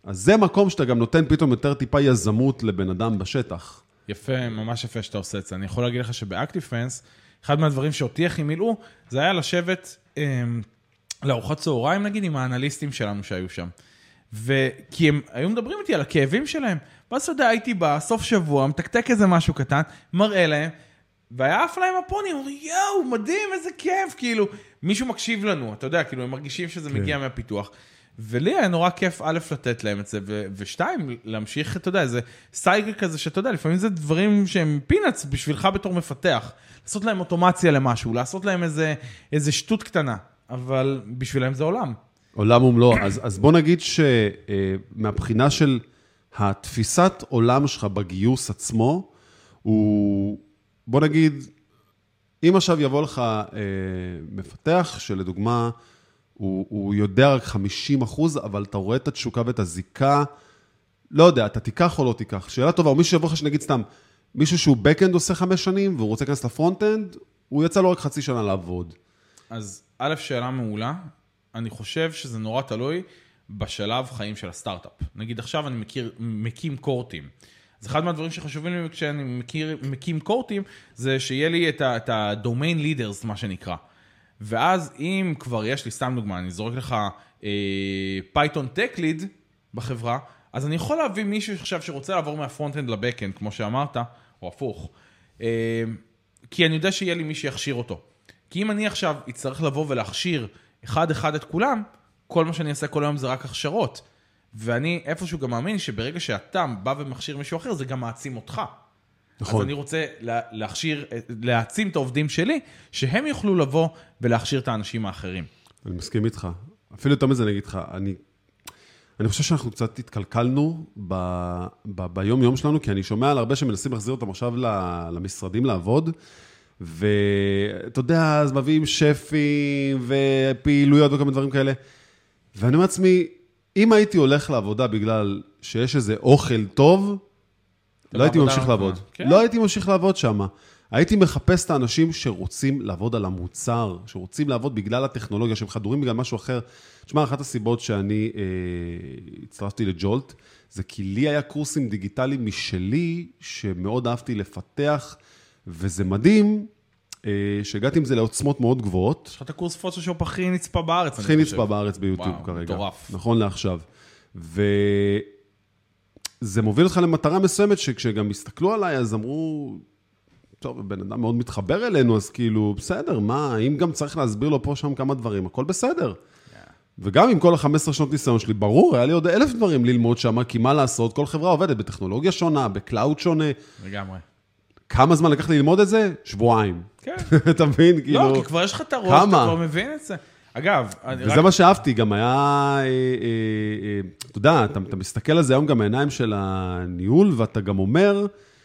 אז זה מקום שאתה גם נותן פתאום יותר טיפה יזמות לבן אדם בשטח. יפה, ממש יפה שאתה עושה את זה. אני יכול להגיד לך שבאקטיב-פנס, אחד מהדברים שאותי הכי מילאו, זה היה לשבת לארוחת צהריים, נגיד, עם האנליסטים שלנו שהיו שם. כי הם היו מדברים איתי על הכאבים שלהם. ואז אתה יודע, הייתי בסוף שבוע, מתקתק איזה משהו קטן, מראה להם, והיה אף להם הפוני, הם אומרים, יאו, מדהים, איזה כיף, כאילו, מישהו מקשיב לנו, אתה יודע, כאילו, הם מרגישים שזה מגיע מהפיתוח. ולי היה נורא כיף א' לתת להם את זה, ושתיים, להמשיך, אתה יודע, איזה סייקל כזה, שאתה יודע, לפעמים זה דברים שהם פינאץ בשבילך בתור מפתח, לעשות להם אוטומציה למשהו, לעשות להם איזה שטות קטנה, אבל בשבילם זה עולם. עולם ומלוא. אז בוא נגיד שמהבחינה של התפיסת עולם שלך בגיוס עצמו, הוא, בוא נגיד, אם עכשיו יבוא לך מפתח, שלדוגמה, הוא יודע רק 50%, אבל אתה רואה את התשוקה ואת הזיקה, לא יודע, אתה תיקח או לא תיקח. שאלה טובה, או מישהו שיבוא לך שנגיד סתם, מישהו שהוא בקאנד עושה 5 שנים, והוא רוצה להיכנס לפרונט-אנד, הוא יצא לו רק חצי שנה לעבוד. אז א', שאלה מעולה, אני חושב שזה נורא תלוי בשלב חיים של הסטארט-אפ. נגיד עכשיו אני מקים קורטים. אז אחד מהדברים שחשובים לי כשאני מקים קורטים, זה שיהיה לי את ה-domain leaders, מה שנקרא. ואז אם כבר יש לי, סתם דוגמה, אני זורק לך Python Tech Lead בחברה, אז אני יכול להביא מישהו עכשיו שרוצה לעבור מהפרונט-אנד לבק-אנד, כמו שאמרת, או הפוך. כי אני יודע שיהיה לי מי שיכשיר אותו. כי אם אני עכשיו אצטרך לבוא ולהכשיר אחד את כולם, כל מה שאני אעשה כל היום זה רק הכשרות. ואני איפשהו גם מאמין שברגע שאתה בא ומכשיר מישהו אחר, זה גם מעצים אותך. נכון. אז אני רוצה להעצים את העובדים שלי, שהם יוכלו לבוא ולהכשיר את האנשים האחרים. אני מסכים איתך. אפילו יותר מזה אני אגיד לך, אני חושב שאנחנו קצת התקלקלנו ביום יום שלנו, כי אני שומע על הרבה שמנסים להחזיר אותם עכשיו למשרדים לעבוד, ואתה יודע, אז מביאים שפים ופעילויות וכל מיני דברים כאלה, ואני אומר לעצמי, אם הייתי הולך לעבודה בגלל שיש איזה אוכל טוב, לא הייתי ממשיך לעבוד. לא הייתי ממשיך לעבוד שם. הייתי מחפש את האנשים שרוצים לעבוד על המוצר, שרוצים לעבוד בגלל הטכנולוגיה, שהם חדורים בגלל משהו אחר. תשמע, אחת הסיבות שאני הצטרפתי לג'ולט, זה כי לי היה קורסים דיגיטליים משלי, שמאוד אהבתי לפתח, וזה מדהים, שהגעתי עם זה לעוצמות מאוד גבוהות. יש לך את הקורס פוטושופ הכי נצפה בארץ. הכי נצפה בארץ ביוטיוב כרגע. מטורף. נכון לעכשיו. זה מוביל אותך למטרה מסוימת, שכשגם הסתכלו עליי, אז אמרו, טוב, בן אדם מאוד מתחבר אלינו, אז כאילו, בסדר, מה, אם גם צריך להסביר לו פה שם כמה דברים, הכל בסדר. וגם עם כל ה-15 שנות ניסיון שלי, ברור, היה לי עוד 1,000 דברים ללמוד שם, כי מה לעשות, כל חברה עובדת בטכנולוגיה שונה, בקלאוד שונה. לגמרי. כמה זמן לקח לי ללמוד את זה? שבועיים. כן. אתה מבין? לא, כי כבר יש לך את הראש, אתה כבר מבין את זה. אגב, וזה מה שאהבתי, גם היה, אתה יודע, אתה מסתכל על זה היום גם מהעיניים של הניהול, ואתה גם אומר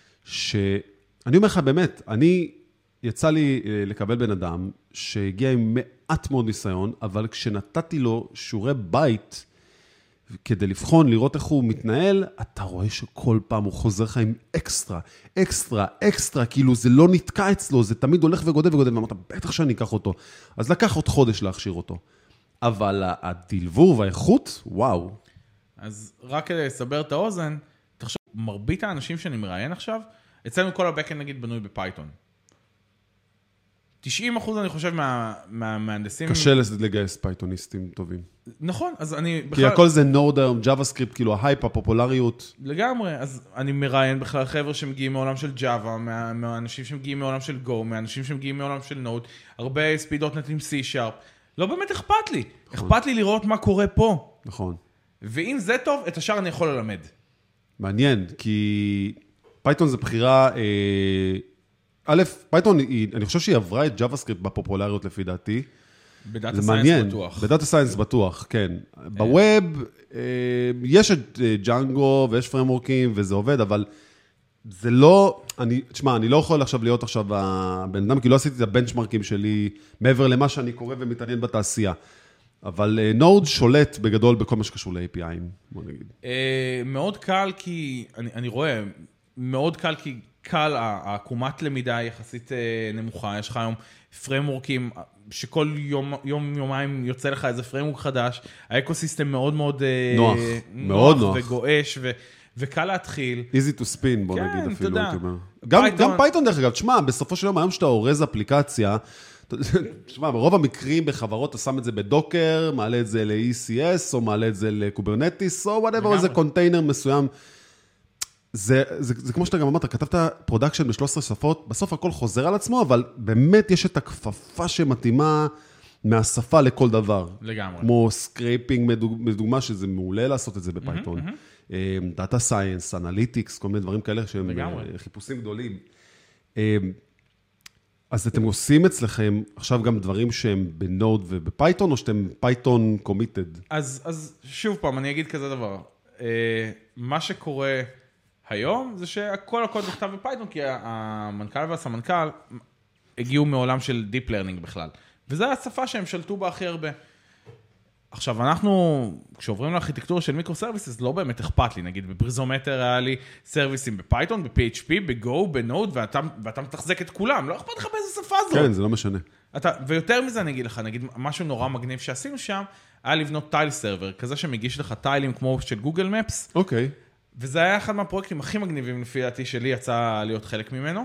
אני אומר לך באמת, יצא לי לקבל בן אדם שהגיע עם מעט מאוד ניסיון, אבל כשנתתי לו שיעורי בית, כדי לבחון, לראות איך הוא מתנהל, אתה רואה שכל פעם הוא חוזר לך עם אקסטרה, כאילו זה לא נתקע אצלו, זה תמיד הולך וגודל, ואמרת, בטח שאני אקח אותו. אז לקח עוד חודש להכשיר אותו. אבל הדלבור והאיכות, וואו. אז רק כדי לסבר את האוזן, תחשוב, מרבית האנשים שאני מראיין עכשיו, אצלנו כל הבקאנד נגיד בנוי בפייתון. 90% אני חושב מהמהנדסים... קשה לגייס פייתוניסטים טובים. נכון, אז אני... כי הכל זה נוד, JavaScript, כאילו ההייפ, הפופולריות. לגמרי, אז אני מראיין בכלל חבר'ה שמגיעים מעולם של Java, מהאנשים שמגיעים מעולם של Go, מהאנשים שמגיעים מעולם של Node, הרבה ספידות עם C#. לא באמת אכפת לי. אכפת לי לראות מה קורה פה. נכון. ואם זה טוב, את השאר אני יכול ללמד. מעניין, כי פייתון זה בחירה... א', פייתון, אני חושב שהיא עברה את JavaScript בפופולריות לפי דעתי. בדאטה סיינס בטוח. בדאטה סיינס בטוח, כן. בווב, יש את ג'אנגו ויש פרמורקים וזה עובד, אבל זה לא, תשמע, אני לא יכול להיות עכשיו הבן אדם, כי לא עשיתי את הבנצ'מרקים שלי מעבר למה שאני קורא ומתעניין בתעשייה. אבל נוד שולט בגדול בכל מה שקשור ל-API'ים, בוא נגיד. מאוד קל כי, אני רואה, מאוד קל כי קל, העקומת למידה היא יחסית נמוכה, יש לך היום פריימורקים, שכל יומיים יוצא לך איזה פריימורק חדש, האקוסיסטם מאוד מאוד נוח, מאוד נוח. וגועש, וקל להתחיל. easy to spin, בוא כן, נגיד אפילו. תודה. גם פייתון דרך אגב, תשמע, בסופו של יום, היום שאתה אורז אפליקציה, תשמע, ברוב המקרים בחברות אתה שם את זה בדוקר, מעלה את זה ל-ECS, או מעלה את זה לקוברנטיס, או whatever, איזה קונטיינר מסוים. זה כמו שאתה גם אמרת, כתבת פרודקשן ב-13 שפות, בסוף הכל חוזר על עצמו, אבל באמת יש את הכפפה שמתאימה מהשפה לכל דבר. לגמרי. כמו סקרייפינג, מדוגמה שזה מעולה לעשות את זה בפייתון. דאטה סייאנס, אנליטיקס, כל מיני דברים כאלה שהם חיפושים גדולים. אז אתם עושים אצלכם עכשיו גם דברים שהם בנוד ובפייתון, או שאתם פייתון קומיטד? אז שוב פעם, אני אגיד כזה דבר. מה שקורה היום זה שהכל הקוד נכתב בפייתון, כי המנכ"ל והסמנכ"ל הגיעו מעולם של Deep Learning בכלל. וזו השפה שהם שלטו בה הכי הרבה. עכשיו, אנחנו, כשעוברים לארכיטקטורה של מיקרו-סרוויסס, לא באמת אכפת לי. נגיד, בפריזומטר היה לי סרוויסים בפייתון, ב-PHP, ב-Go, בנוד, ואתה מתחזק את כולם. לא אכפת לך באיזה שפה זאת. כן, זה לא משנה. ויותר מזה אני אגיד לך, נגיד, משהו נורא מגניב שעשינו שם, היה לבנות טייל סרבר, כזה שמגיש לך טיילים כמו של גוגל מפס. אוקיי. וזה היה אחד מהפרויקטים הכי מגניבים לפי דעתי שלי, יצא להיות חלק ממנו.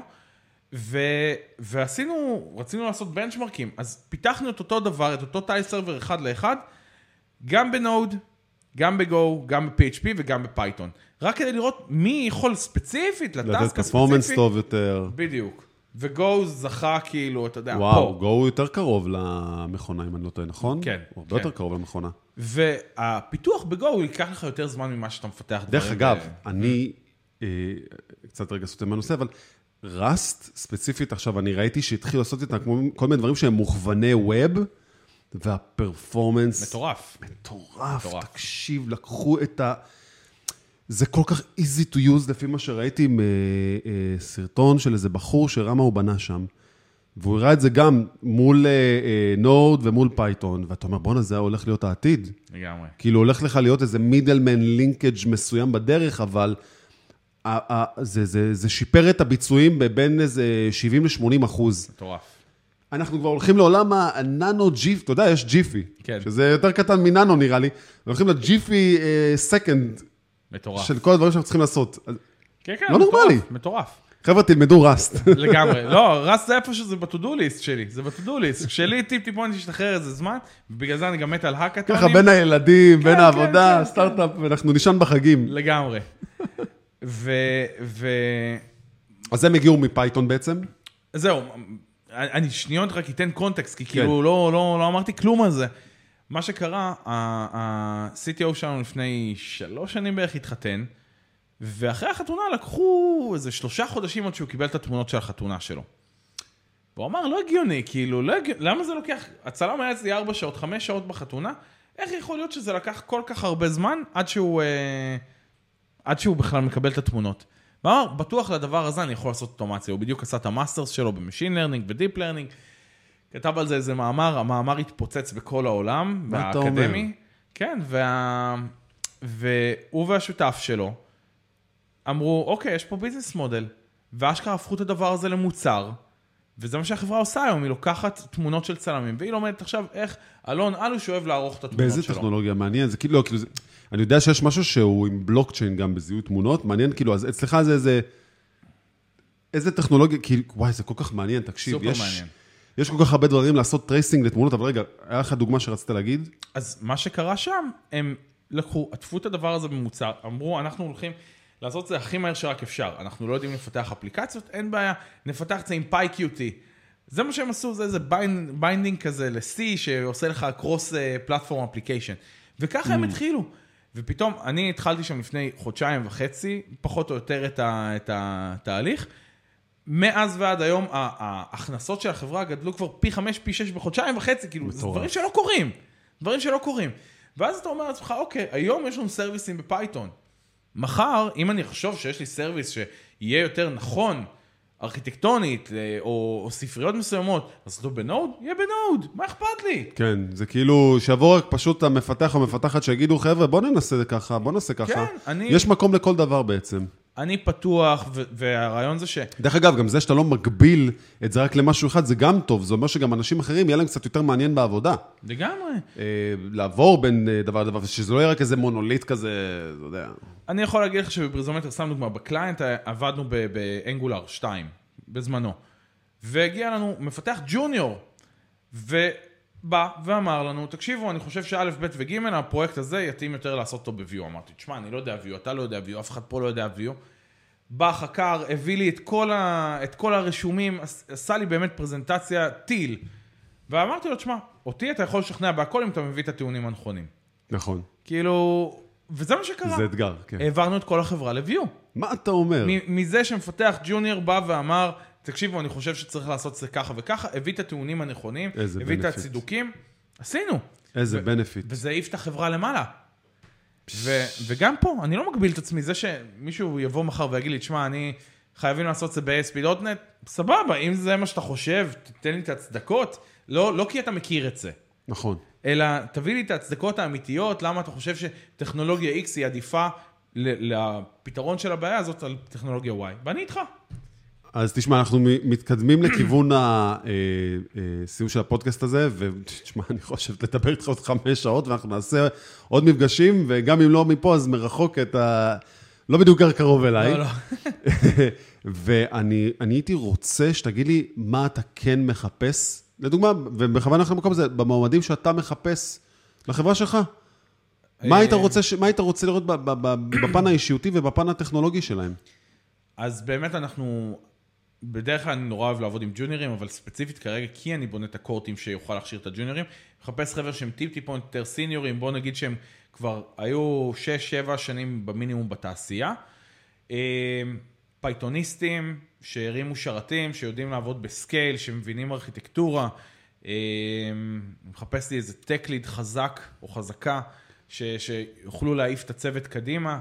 רצינו לעשות בנצ'מרקים, אז פיתחנו את אותו דבר, את אותו טייל סרבר אחד לאחד, גם בנוד, גם בגו, גם ב-PHP וגם בפייתון. רק כדי לראות מי יכול ספציפית, לטסק הספציפי. לתת פרפורמנס טוב יותר. בדיוק. וגו זכה כאילו, אתה יודע, פה. וואו, גו הוא יותר קרוב למכונה, אם אני לא טועה, נכון? כן. הוא הרבה יותר קרוב למכונה. והפיתוח בגו הוא ייקח לך יותר זמן ממה שאתה מפתח דברים. דרך אגב, אני קצת רגע סוטה מהנושא, אבל ראסט ספציפית עכשיו, אני ראיתי שהתחיל לעשות איתה כל מיני דברים שהם מוכווני ווב, והפרפורמנס... מטורף. תקשיב, לקחו את ה... זה כל כך easy to use, לפי מה שראיתי עם סרטון של איזה בחור שרמה הוא בנה שם, והוא הראה את זה גם מול נוד ומול פייתון, ואתה אומר, בוא'נה, זה הולך להיות העתיד. לגמרי. כאילו, הולך לך להיות איזה מידלמן לינקג' מסוים בדרך, אבל זה שיפר את הביצועים בין איזה 70-80%. מטורף. אנחנו כבר הולכים לעולם הננו ג'יפי, אתה יודע, יש ג'יפי, כן. שזה יותר קטן מננו נראה לי, הולכים לג'יפי סקנד, מטורף. של כל הדברים שאנחנו צריכים לעשות. כן, לא נורמלי. מטורף. חבר'ה, תלמדו ראסט. לגמרי. לא, ראסט זה איפה שזה בטודו ליסט שלי, זה בטודו ליסט. שלי טיפ-טיפון תשתחרר איזה זמן, ובגלל זה אני גם מת על האקתונים. ככה בין הילדים, בין העבודה, סטארט-אפ, ואנחנו נשען בחגים. לגמרי. אז הם הגיעו מפייתון בעצם? זהו, אני שניונת רק אתן קונטקסט, כי כאילו לא אמרתי כלום על זה. מה שקרה, ה-CTO שלנו לפני 3 שנים בערך התחתן, ואחרי החתונה לקחו איזה 3 חודשים עוד שהוא קיבל את התמונות של החתונה שלו. והוא אמר, לא הגיוני, כאילו, למה זה לוקח, הצלם היה אצלי 4 שעות, 5 שעות בחתונה, איך יכול להיות שזה לקח כל כך הרבה זמן עד שהוא בכלל מקבל את התמונות? ואמר, בטוח לדבר הזה אני יכול לעשות אוטומציה, הוא בדיוק עשה את המאסטרס שלו במשין לרנינג ודיפ לרנינג, כתב על זה איזה מאמר, המאמר התפוצץ בכל העולם, באקדמי, כן, והוא והשותף שלו אמרו, אוקיי, יש פה ביזנס מודל, ואשכרה הפכו את הדבר הזה למוצר, וזה מה שהחברה עושה היום, היא לוקחת תמונות של צלמים, והיא לומדת עכשיו איך אלון אלוש אוהב לערוך את התמונות שלו. באיזה טכנולוגיה מעניין? זה כאילו, אני יודע שיש משהו שהוא עם בלוקצ'יין גם בזיהוי תמונות, מעניין כאילו, אז אצלך זה איזה טכנולוגיה, כאילו, וואי, זה כל כך מעניין, תקשיב. סופר מעניין. יש כל כך הרבה דברים לעשות טרייסינג לתמונות, אבל רגע, היה לך דוגמה שרצית להגיד? אז מה שקרה שם, הם לקחו, עטפו את הדבר הזה במוצר, אמרו, אנחנו הולכים לעשות את זה הכי מהר שרק אפשר. אנחנו לא יודעים לפתח אפליקציות, אין בעיה, נפתח את זה עם PyQt. זה מה שהם עשו, זה איזה ביינדינג כזה ל-C, שעושה לך קרוס פלטפורם אפליקיישן. וככה הם התחילו. ופתאום, אני התחלתי שם לפני 1.5 חודשים, פחות או יותר את התהליך. מאז ועד היום, ההכנסות של החברה גדלו כבר פי 5, פי 6 בחודשיים וחצי, כאילו, זה דברים שלא קורים. דברים שלא קורים. ואז אתה אומר לעצמך, אוקיי, היום יש לנו סרוויסים בפייתון. מחר, אם אני חושב שיש לי סרוויס שיהיה יותר נכון, ארכיטקטונית, או ספריות מסוימות, אז אותו בנוד, יהיה בנוד, מה אכפת לי? כן, זה כאילו, שיבוא רק פשוט המפתח או מפתחת שיגידו, חבר'ה, בוא ננסה ככה, בוא נעשה ככה. כן, יש מקום לכל דבר בעצם. אני פתוח, והרעיון זה דרך אגב, גם זה שאתה לא מגביל את זה רק למשהו אחד, זה גם טוב. זה אומר שגם אנשים אחרים, יהיה להם קצת יותר מעניין בעבודה. לגמרי. לעבור בין דבר לדבר, שזה לא יהיה רק איזה מונוליט כזה, אתה יודע. אני יכול להגיד לך שבפריזומטר, שם דוגמה, בקליינט עבדנו באנגולר 2, בזמנו. והגיע לנו מפתח ג'וניור, ובא ואמר לנו, תקשיבו, אני חושב שא', ב' וג', הפרויקט הזה יתאים יותר לעשות אותו בוויו. אמרתי, תשמע, אני לא יודע ויו, אתה לא יודע ויו, אף אחד פה לא יודע ויו. בא חקר, הביא לי את כל הרשומים, עשה לי באמת פרזנטציה טיל. ואמרתי לו, תשמע, אותי אתה יכול לשכנע בהכל אם אתה מביא את הטיעונים הנכונים. נכון. כאילו, וזה מה שקרה. זה אתגר, כן. העברנו את כל החברה לוויו. מה אתה אומר? מזה שמפתח ג'וניור בא ואמר, תקשיבו, אני חושב שצריך לעשות זה ככה וככה, הביא את הטיעונים הנכונים, הביא את הצידוקים, עשינו. איזה בנפיט. וזה העיף את החברה למעלה. וגם פה, אני לא מגביל את עצמי, זה שמישהו יבוא מחר ויגיד לי, תשמע, אני חייבים לעשות זה ב-ASP.NET, סבבה, אם זה מה שאתה חושב, תתן לי את הצדקות, לא כי אתה מכיר את זה. נכון. אלא תביא לי את הצדקות האמיתיות, למה אתה חושב שטכנולוגיה X היא עדיפה לפתרון של הבעיה הזאת על טכנולוגיה Y. ואני איתך. אז תשמע, אנחנו מתקדמים לכיוון הסיום של הפודקאסט הזה, ותשמע, אני חושב לדבר איתך עוד 5 שעות, ואנחנו נעשה עוד מפגשים, וגם אם לא מפה, אז מרחוק את לא בדיוק קרוב אליי. לא. ואני הייתי רוצה שתגיד לי מה אתה כן מחפש, לדוגמה, ובכוונה אנחנו במקום הזה, במועמדים שאתה מחפש לחברה שלך. מה היית רוצה לראות בפן האישיותי ובפן הטכנולוגי שלהם? אז באמת בדרך כלל אני נורא אוהב לעבוד עם ג'וניורים, אבל ספציפית כרגע, כי אני בונה את הקורטים שיוכל להכשיר את הג'וניורים, מחפש חבר'ה שהם טיפ-טיפון יותר סיניורים, בוא נגיד שהם כבר היו 6-7 שנים במינימום בתעשייה, פייתוניסטים שהרימו שרתים, שיודעים לעבוד בסקייל, שמבינים ארכיטקטורה, מחפש לי איזה טק ליד חזק או חזקה, שיוכלו להעיף את הצוות קדימה.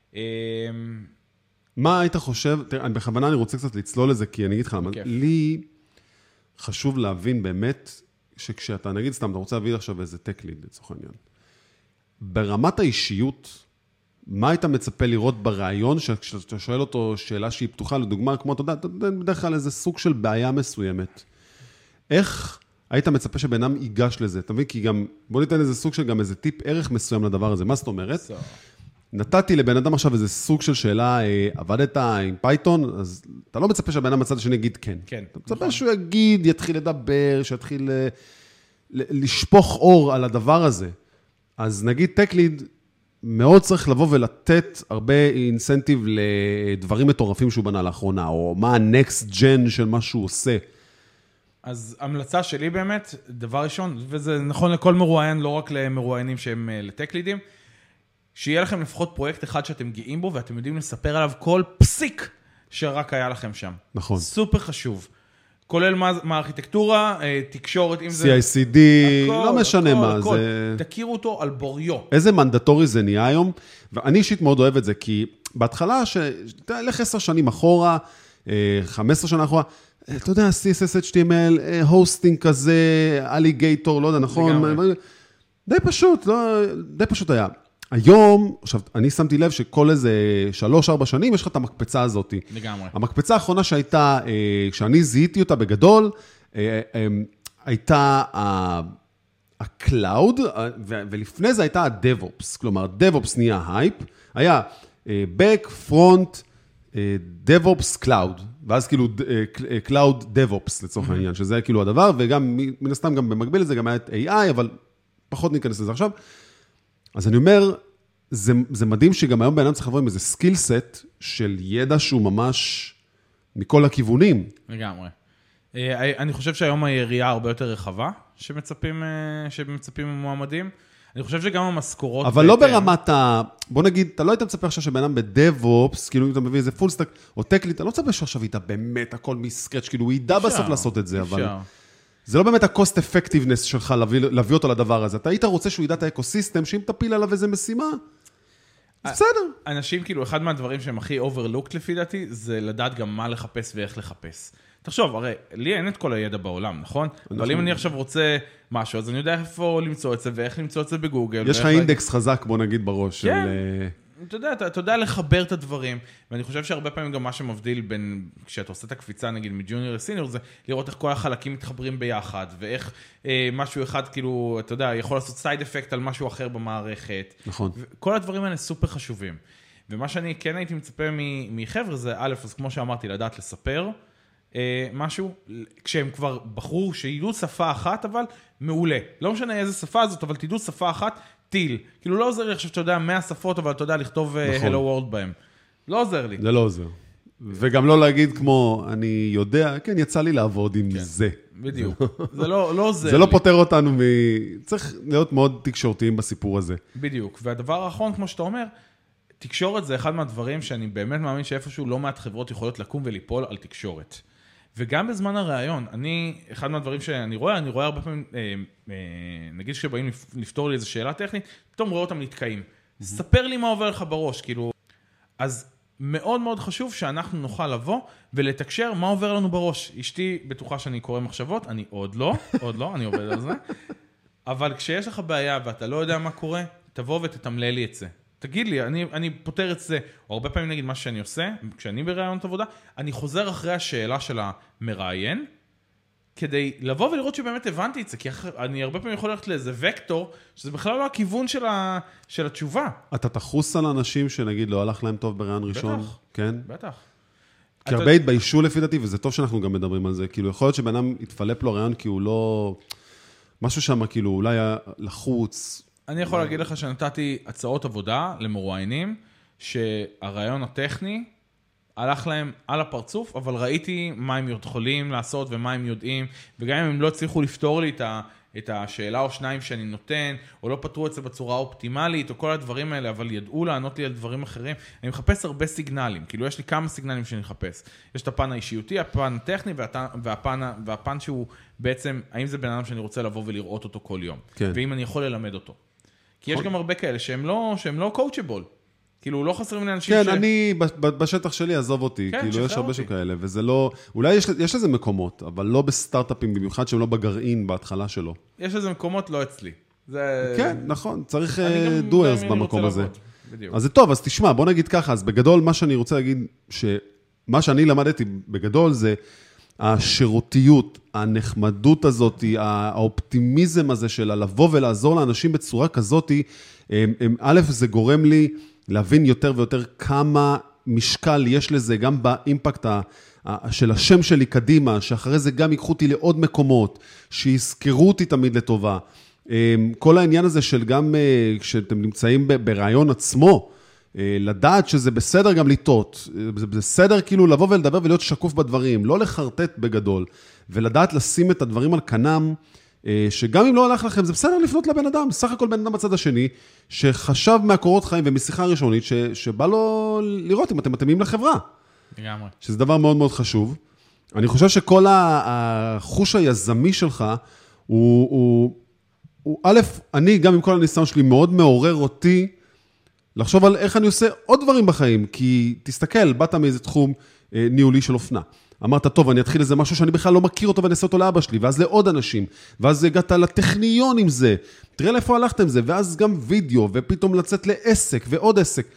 מה היית חושב, בכוונה אני רוצה קצת לצלול לזה, כי אני אגיד לך, לי חשוב להבין באמת, שכשאתה נגיד סתם, אתה רוצה להביא עכשיו איזה טק ליד, לצורך העניין. ברמת האישיות, מה היית מצפה לראות ברעיון, כשאתה שואל אותו שאלה שהיא פתוחה, לדוגמה, כמו אתה יודע, בדרך כלל איזה סוג של בעיה מסוימת. איך היית מצפה שבינם ייגש לזה? אתה מבין? כי גם, בוא ניתן איזה סוג של גם איזה טיפ ערך מסוים לדבר הזה. מה זאת אומרת? נתתי לבן אדם עכשיו איזה סוג של שאלה, עבדת עם פייתון, אז אתה לא מצפה שהבן אדם מצד השני יגיד כן. כן. אתה מצפה שהוא יגיד, יתחיל לדבר, שיתחיל לשפוך אור על הדבר הזה. אז נגיד טק ליד, מאוד צריך לבוא ולתת הרבה אינסנטיב לדברים מטורפים שהוא בנה לאחרונה, או מה הנקסט ג'ן של מה שהוא עושה. אז המלצה שלי באמת, דבר ראשון, וזה נכון לכל מרואיין, לא רק למרואיינים שהם לטק לידים, שיהיה לכם לפחות פרויקט אחד שאתם גאים בו, ואתם יודעים לספר עליו כל פסיק שרק היה לכם שם. נכון. סופר חשוב. כולל מה הארכיטקטורה, תקשורת, אם זה... CICD, לא משנה מה. תכירו אותו על בוריו. איזה מנדטורי זה נהיה היום, ואני אישית מאוד אוהב את זה, כי בהתחלה, תלך 10 שנים אחורה, 15 שנה אחורה, אתה יודע, CSS, HTML, הוסטינג כזה, אליגייטור, לא יודע, נכון? די פשוט היה. היום, עכשיו, אני שמתי לב שכל איזה 3-4 שנים יש לך את המקפצה הזאת. לגמרי. המקפצה האחרונה שהייתה, כשאני זיהיתי אותה בגדול, הייתה ה-Cloud, ולפני זה הייתה ה-DevOps. כלומר, DevOps נהיה הייפ, היה Back, Front, DevOps, Cloud, ואז כאילו Cloud DevOps לצורך העניין, שזה כאילו הדבר, וגם, מן הסתם גם במקביל לזה, גם היה את AI, אבל פחות ניכנס לזה עכשיו. אז אני אומר, זה מדהים שגם היום בעיניים צריך לבוא עם איזה סקיל סט של ידע שהוא ממש מכל הכיוונים. לגמרי. אני חושב שהיום היריעה הרבה יותר רחבה שמצפים ממועמדים. אני חושב שגם המשכורות... אבל לא ברמת בוא נגיד, אתה לא היית מצפה עכשיו שבעיניים בדב-אופס, כאילו אם אתה מביא איזה פול סטאק, או טק-ליד, אתה לא מצפה שעכשיו איתה באמת הכל מסקרץ', כאילו הוא ידע בסוף לעשות את זה, אבל... זה לא באמת ה-cost effectiveness שלך להביא אותו לדבר הזה. אתה היית רוצה שהוא ידע את האקוסיסטם, שאם תפיל עליו איזה משימה, זה בסדר. אנשים, כאילו, אחד מהדברים שהם הכי overlooked לפי דעתי, זה לדעת גם מה לחפש ואיך לחפש. תחשוב, הרי, לי אין את כל הידע בעולם, נכון? אבל אם אני עכשיו רוצה משהו, אז אני יודע איפה למצוא את זה, ואיך למצוא את זה בגוגל. יש לך אינדקס חזק, בוא נגיד, בראש. אתה יודע לחבר את הדברים, ואני חושב שהרבה פעמים גם מה שמבדיל בין, כשאתה עושה את הקפיצה, נגיד, מג'וניור לסיניור, זה לראות איך כל החלקים מתחברים ביחד, ואיך משהו אחד, כאילו, אתה יודע, יכול לעשות סייד אפקט על משהו אחר במערכת. נכון. כל הדברים האלה סופר חשובים. ומה שאני כן הייתי מצפה מחבר'ה זה, א', אז כמו שאמרתי, לדעת לספר משהו, כשהם כבר בחרו שידעו שפה אחת, אבל מעולה. לא משנה איזה שפה הזאת, אבל תדעו שפה אחת, טיל. כאילו לא עוזר לי עכשיו שאתה יודע 100 שפות, אבל אתה יודע לכתוב Hello World בהם. לא עוזר לי. זה לא עוזר. וגם לא להגיד כמו, אני יודע, כן, יצא לי לעבוד עם זה. בדיוק. זה לא עוזר לי. זה לא פותר אותנו צריך להיות מאוד תקשורתיים בסיפור הזה. בדיוק. והדבר האחרון, כמו שאתה אומר, תקשורת זה אחד מהדברים שאני באמת מאמין שאיפשהו לא מעט חברות יכולות לקום וליפול על תקשורת. וגם בזמן הראיון, אחד מהדברים שאני רואה הרבה פעמים, נגיד שבאים לפתור לי איזו שאלה טכנית, פתאום רואה אותם נתקעים. ספר לי מה עובר לך בראש, כאילו. אז מאוד מאוד חשוב שאנחנו נוכל לבוא ולתקשר מה עובר לנו בראש. אשתי בטוחה שאני קורא מחשבות, אני עוד לא, אני עובד על זה. אבל כשיש לך בעיה ואתה לא יודע מה קורה, תבוא ותתמלל לי את זה. תגיד לי, אני פותר את זה, או הרבה פעמים נגיד מה שאני עושה, כשאני ברעיונות עבודה, אני חוזר אחרי השאלה של המראיין, כדי לבוא ולראות שבאמת הבנתי את זה, כי אני הרבה פעמים יכול ללכת לאיזה וקטור, שזה בכלל לא הכיוון של התשובה. אתה תחוס על אנשים שנגיד לא הלך להם טוב ברעיון ראשון? בטח. כן? בטח. כי הרבה התביישו לפי דעתי, וזה טוב שאנחנו גם מדברים על זה, כאילו יכול להיות שבן אדם יתפלפ לו רעיון, כי הוא לא... משהו שם כאילו אולי היה לחוץ... אני יכול להגיד לך שנתתי הצעות עבודה למרואיינים, שהרעיון הטכני הלך להם על הפרצוף, אבל ראיתי מה הם יכולים לעשות ומה הם יודעים, וגם אם הם לא הצליחו לפתור לי את השאלה או שניים שאני נותן, או לא פתרו את זה בצורה אופטימלית, או כל הדברים האלה, אבל ידעו לענות לי על דברים אחרים, אני מחפש הרבה סיגנלים, כאילו יש לי כמה סיגנלים שאני מחפש. יש את הפן האישיותי, הפן הטכני, והפן שהוא בעצם, האם זה בן אדם שאני רוצה לבוא ולראות אותו כל יום, כן. ואם אני יכול ללמד אותו. כי יש גם הרבה כאלה שהם לא coachable. כאילו, לא חסרים לאנשים כן, אני, בשטח שלי, עזוב אותי. כאילו, יש הרבה שכאלה, וזה לא... אולי יש לזה מקומות, אבל לא בסטארט-אפים, במיוחד שהם לא בגרעין בהתחלה שלו. יש לזה מקומות, לא אצלי. כן, נכון, צריך דוארס במקום הזה. בדיוק. אז זה טוב, אז תשמע, בוא נגיד ככה, אז בגדול, מה שאני רוצה להגיד, שמה שאני למדתי בגדול זה השירותיות, הנחמדות הזאת, האופטימיזם הזה של לבוא ולעזור לאנשים בצורה כזאת, א', זה גורם לי להבין יותר ויותר כמה משקל יש לזה, גם באימפקט של השם שלי קדימה, שאחרי זה גם ייקחו אותי לעוד מקומות, שיזכרו אותי תמיד לטובה. כל העניין הזה של גם כשאתם נמצאים ברעיון עצמו, לדעת שזה בסדר גם לטעות, זה בסדר כאילו לבוא ולדבר ולהיות שקוף בדברים, לא לחרטט בגדול, ולדעת לשים את הדברים על קנם, שגם אם לא הלך לכם, זה בסדר לפנות לבן אדם, סך הכל בן אדם בצד השני, שחשב מהקורות חיים ומשיחה ראשונית, שבא לו לראות אם אתם מתאימים לחברה. לגמרי. שזה דבר מאוד מאוד חשוב. אני חושב שכל החוש היזמי שלך, הוא א', אני גם עם כל הניסיון שלי מאוד מעורר אותי, לחשוב על איך אני עושה עוד דברים בחיים, כי תסתכל, באת מאיזה תחום ניהולי של אופנה. אמרת, טוב, אני אתחיל איזה משהו שאני בכלל לא מכיר אותו ואני אעשה אותו לאבא שלי, ואז לעוד אנשים, ואז הגעת לטכניון עם זה, תראה לאיפה הלכת עם זה, ואז גם וידאו, ופתאום לצאת לעסק ועוד עסק,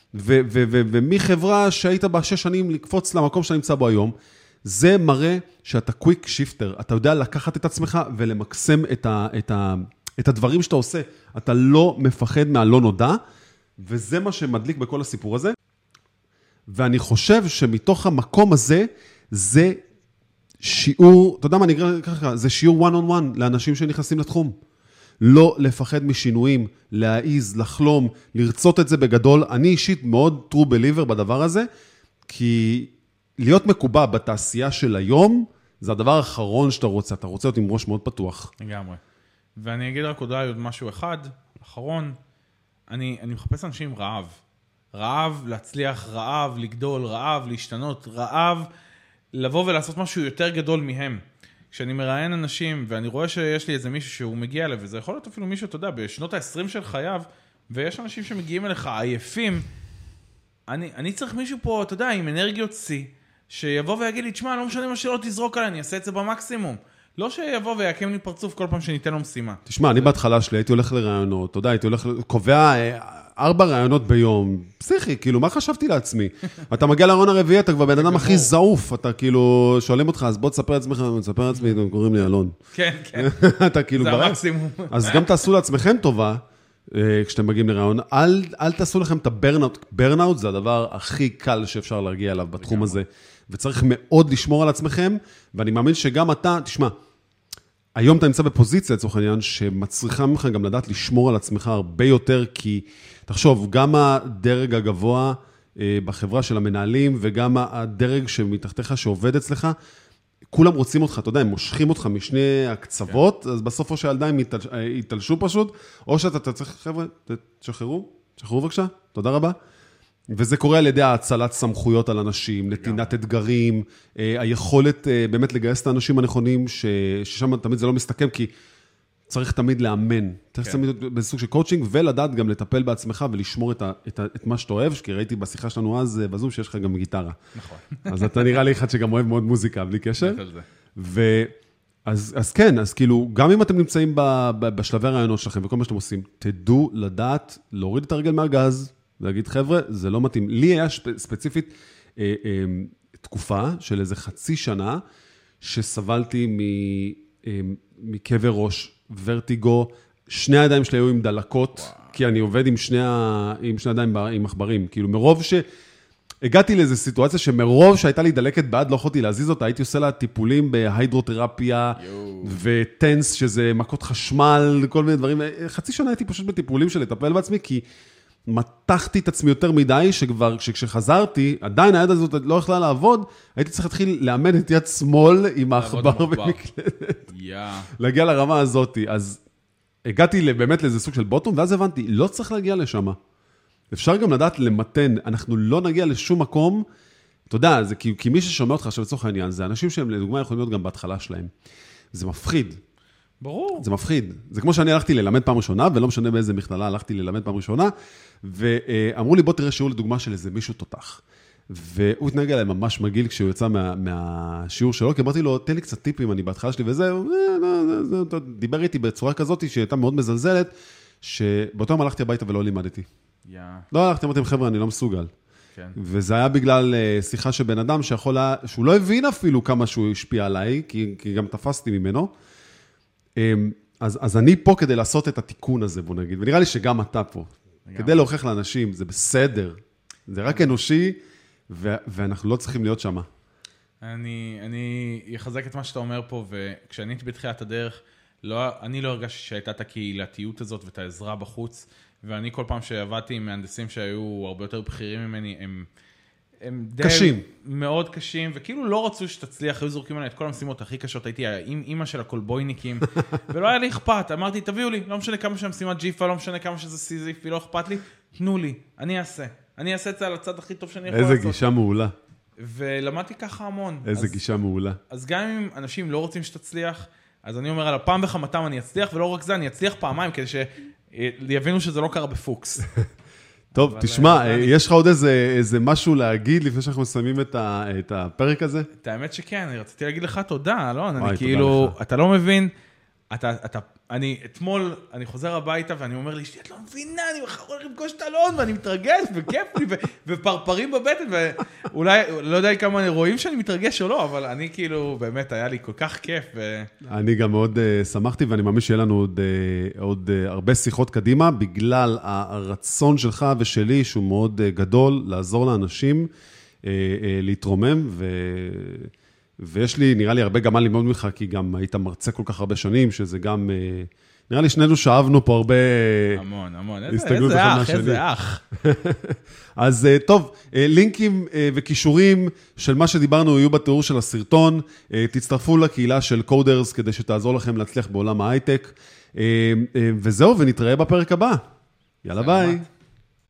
ומחברה שהיית בה 6 שנים לקפוץ למקום שאני נמצא בו היום, זה מראה שאתה קוויק שיפטר, אתה יודע לקחת את עצמך ולמקסם את הדברים שאתה עושה, אתה לא מפחד מהלא נודע, וזה מה שמדליק בכל הסיפור הזה, ואני חושב שמתוך המקום הזה, זה שיעור, אתה יודע מה, אני אקרא ככה, זה שיעור one on one לאנשים שנכנסים לתחום. לא לפחד משינויים, להעיז, לחלום, לרצות את זה בגדול. אני אישית מאוד true believer בדבר הזה, כי להיות מקובע בתעשייה של היום, זה הדבר האחרון שאתה רוצה. אתה רוצה להיות עם ראש מאוד פתוח. לגמרי. ואני אגיד רק עוד משהו אחד, אחרון, אני מחפש אנשים עם רעב. רעב להצליח, רעב לגדול, רעב להשתנות, רעב לבוא ולעשות משהו יותר גדול מהם. כשאני מראיין אנשים, ואני רואה שיש לי איזה מישהו שהוא מגיע אליו, וזה יכול להיות אפילו מישהו, אתה יודע, בשנות ה-20 של חייו, ויש אנשים שמגיעים אליך עייפים, אני צריך מישהו פה, אתה יודע, עם אנרגיות C, שיבוא ויגיד לי, תשמע, לא משנה מה שלא תזרוק עליי, אני אעשה את זה במקסימום. לא שיבוא ויעקם לי פרצוף כל פעם שניתן לו משימה. תשמע, אני בהתחלה שלי הייתי הולך לרעיונות, אתה יודע, הייתי הולך, קובע 4 רעיונות ביום, פסיכי, כאילו, מה חשבתי לעצמי? אתה מגיע לרעיון הרביעי, אתה כבר בן אדם הכי זעוף, אתה כאילו, שואלים אותך, אז בוא תספר לעצמך, אני מספר לעצמי, אתם קוראים לי אלון. כן, כן. אתה כאילו, זה המקסימום. אז גם תעשו לעצמכם טובה, כשאתם מגיעים לרעיון, אל תעשו לכם את הברנאוט. ברנאוט זה הדבר הכי קל שאפשר להגיע אליו בתחום הזה, וצריך מאוד לשמור על עצמכם, ואני מאמין שגם אתה, תשמע, היום אתה נמצא בפוזיציה, לצורך העניין, שמצריכה ממך גם לדעת לשמור על עצמך הרבה יותר, כי תחשוב, גם הדרג הגבוה בחברה של המנהלים, וגם הדרג שמתחתיך שעובד אצלך, כולם רוצים אותך, אתה יודע, הם מושכים אותך משני הקצוות, אז בסוף או שהילדיים יתלשו פשוט, או שאתה צריך, חבר'ה, תשחררו בבקשה, תודה רבה. וזה קורה על ידי ההצלת סמכויות על אנשים, נתינת אתגרים, היכולת באמת לגייס את האנשים הנכונים, ששם תמיד זה לא מסתכם, כי צריך תמיד לאמן, צריך תמיד בסוג של קואוצ'ינג, ולדעת גם לטפל בעצמך ולשמור את מה שאתה אוהב, כי ראיתי בשיחה שלנו אז בזום שיש לך גם גיטרה. נכון. אז אתה נראה לי אחד שגם אוהב מאוד מוזיקה, בלי קשר. אז כן, אז כאילו, גם אם אתם נמצאים בשלבי הרעיונות שלכם וכל מה שאתם עושים, תדעו לדעת להוריד את הרגל מהגז, להגיד, חבר'ה, זה לא מתאים. לי היה ספציפית תקופה של איזה חצי שנה, שסבלתי מכאבי ראש, ורטיגו, שני הידיים שלי היו עם דלקות, כי אני עובד עם שני הידיים עם מחברים. כאילו, מרוב הגעתי לאיזו סיטואציה שמרוב שהייתה לי דלקת בעד, לא יכולתי להזיז אותה, הייתי עושה לה טיפולים בהידרותרפיה, וטנס, שזה מכות חשמל, כל מיני דברים. חצי שנה הייתי פשוט בטיפולים של לטפל בעצמי, כי מתחתי את עצמי יותר מדי, שכבר, כשחזרתי, עדיין היד הזאת לא יכלה לעבוד, הייתי צריך להתחיל לאמן את יד שמאל עם העכבר במקלדת. להגיע לרמה הזאת. אז הגעתי באמת לאיזה סוג של בוטום, ואז הבנתי, לא צריך להגיע לשם. אפשר גם לדעת למתן, אנחנו לא נגיע לשום מקום, אתה יודע, זה כי מי ששומע אותך עכשיו לצורך העניין, זה אנשים שהם לדוגמה יכולים להיות גם בהתחלה שלהם. זה מפחיד. ברור. זה מפחיד. זה כמו שאני הלכתי ללמד פעם ראשונה, ולא משנה באיזה מכללה הלכתי ללמד פעם ראשונה, ואמרו לי, בוא תראה שיעור לדוגמה של איזה מישהו תותח. והוא התנהג עליי ממש מגעיל כשהוא יצא מהשיעור שלו, כי אמרתי לו, תן לי קצת טיפים, אני בהתחלה שלי וזה, דיבר איתי בצורה כזאת שהייתה מאוד מזלזלת, שבאותו יום הלכתי הביתה ולא לימדתי. לא הלכתי, אמרתי, חבר'ה, אני לא מסוגל. וזה היה בגלל שיחה של בן אדם שהוא לא הבין אפילו כמה שהוא השפיע עליי, כי גם תפסתי ממנו. אז אני פה כדי לעשות את התיקון הזה, בוא נגיד, ונראה לי שגם אתה פה. כדי להוכיח לאנשים, זה בסדר, זה רק אנושי, ואנחנו לא צריכים להיות שם. אני אחזק את מה שאתה אומר פה, וכשאני הייתי בתחילת הדרך, אני לא הרגשתי שהייתה את הקהילתיות הזאת ואת העזרה בחוץ, ואני כל פעם שעבדתי עם מהנדסים שהיו הרבה יותר בכירים ממני, הם די קשים. מאוד קשים, וכאילו לא רצו שתצליח, היו זורקים עליי את כל המשימות הכי קשות, הייתי עם אמא של הקולבויניקים, ולא היה לי אכפת, אמרתי, תביאו לי, לא משנה כמה שהמשימת ג'יפה, לא משנה כמה שזה סיזיפי, לא אכפת לי, תנו לי, אני אעשה את זה על הצד הכי טוב שאני יכול לעשות. איזה גישה מעולה. ולמדתי ככה המון. איזה גישה מעולה. אז גם אם אנשים לא רוצים שתצליח, אז אני אומר, על הפעם וחמתם אני אצליח, ולא רק זה, אני אצליח פעמיים, כדי שיבינו שזה לא קרה בפוקס. טוב, תשמע, יש לך עוד איזה משהו להגיד לפני שאנחנו מסיימים את הפרק הזה? את האמת שכן, אני רציתי להגיד לך תודה, לא? אני כאילו, אתה לא מבין, אתמול אני חוזר הביתה ואני אומר לי, את לא מבינה, אני הולך לפגוש את אלון ואני מתרגש וכיף לי ופרפרים בבטן ואולי, לא יודע כמה רואים שאני מתרגש או לא, אבל אני כאילו, באמת היה לי כל כך כיף. אני גם מאוד שמחתי ואני מאמין שיהיה לנו עוד הרבה שיחות קדימה, בגלל הרצון שלך ושלי שהוא מאוד גדול, לעזור לאנשים, להתרומם ויש לי, נראה לי הרבה גם מה ללמוד ממך, כי גם היית מרצה כל כך הרבה שנים, שזה גם, נראה לי שנינו שאהבנו פה הרבה המון, איזה אח. אז טוב, לינקים וקישורים של מה שדיברנו יהיו בתיאור של הסרטון, תצטרפו לקהילה של קודרס, כדי שתעזור לכם להצליח בעולם ההייטק, וזהו, ונתראה בפרק הבא. יאללה ביי.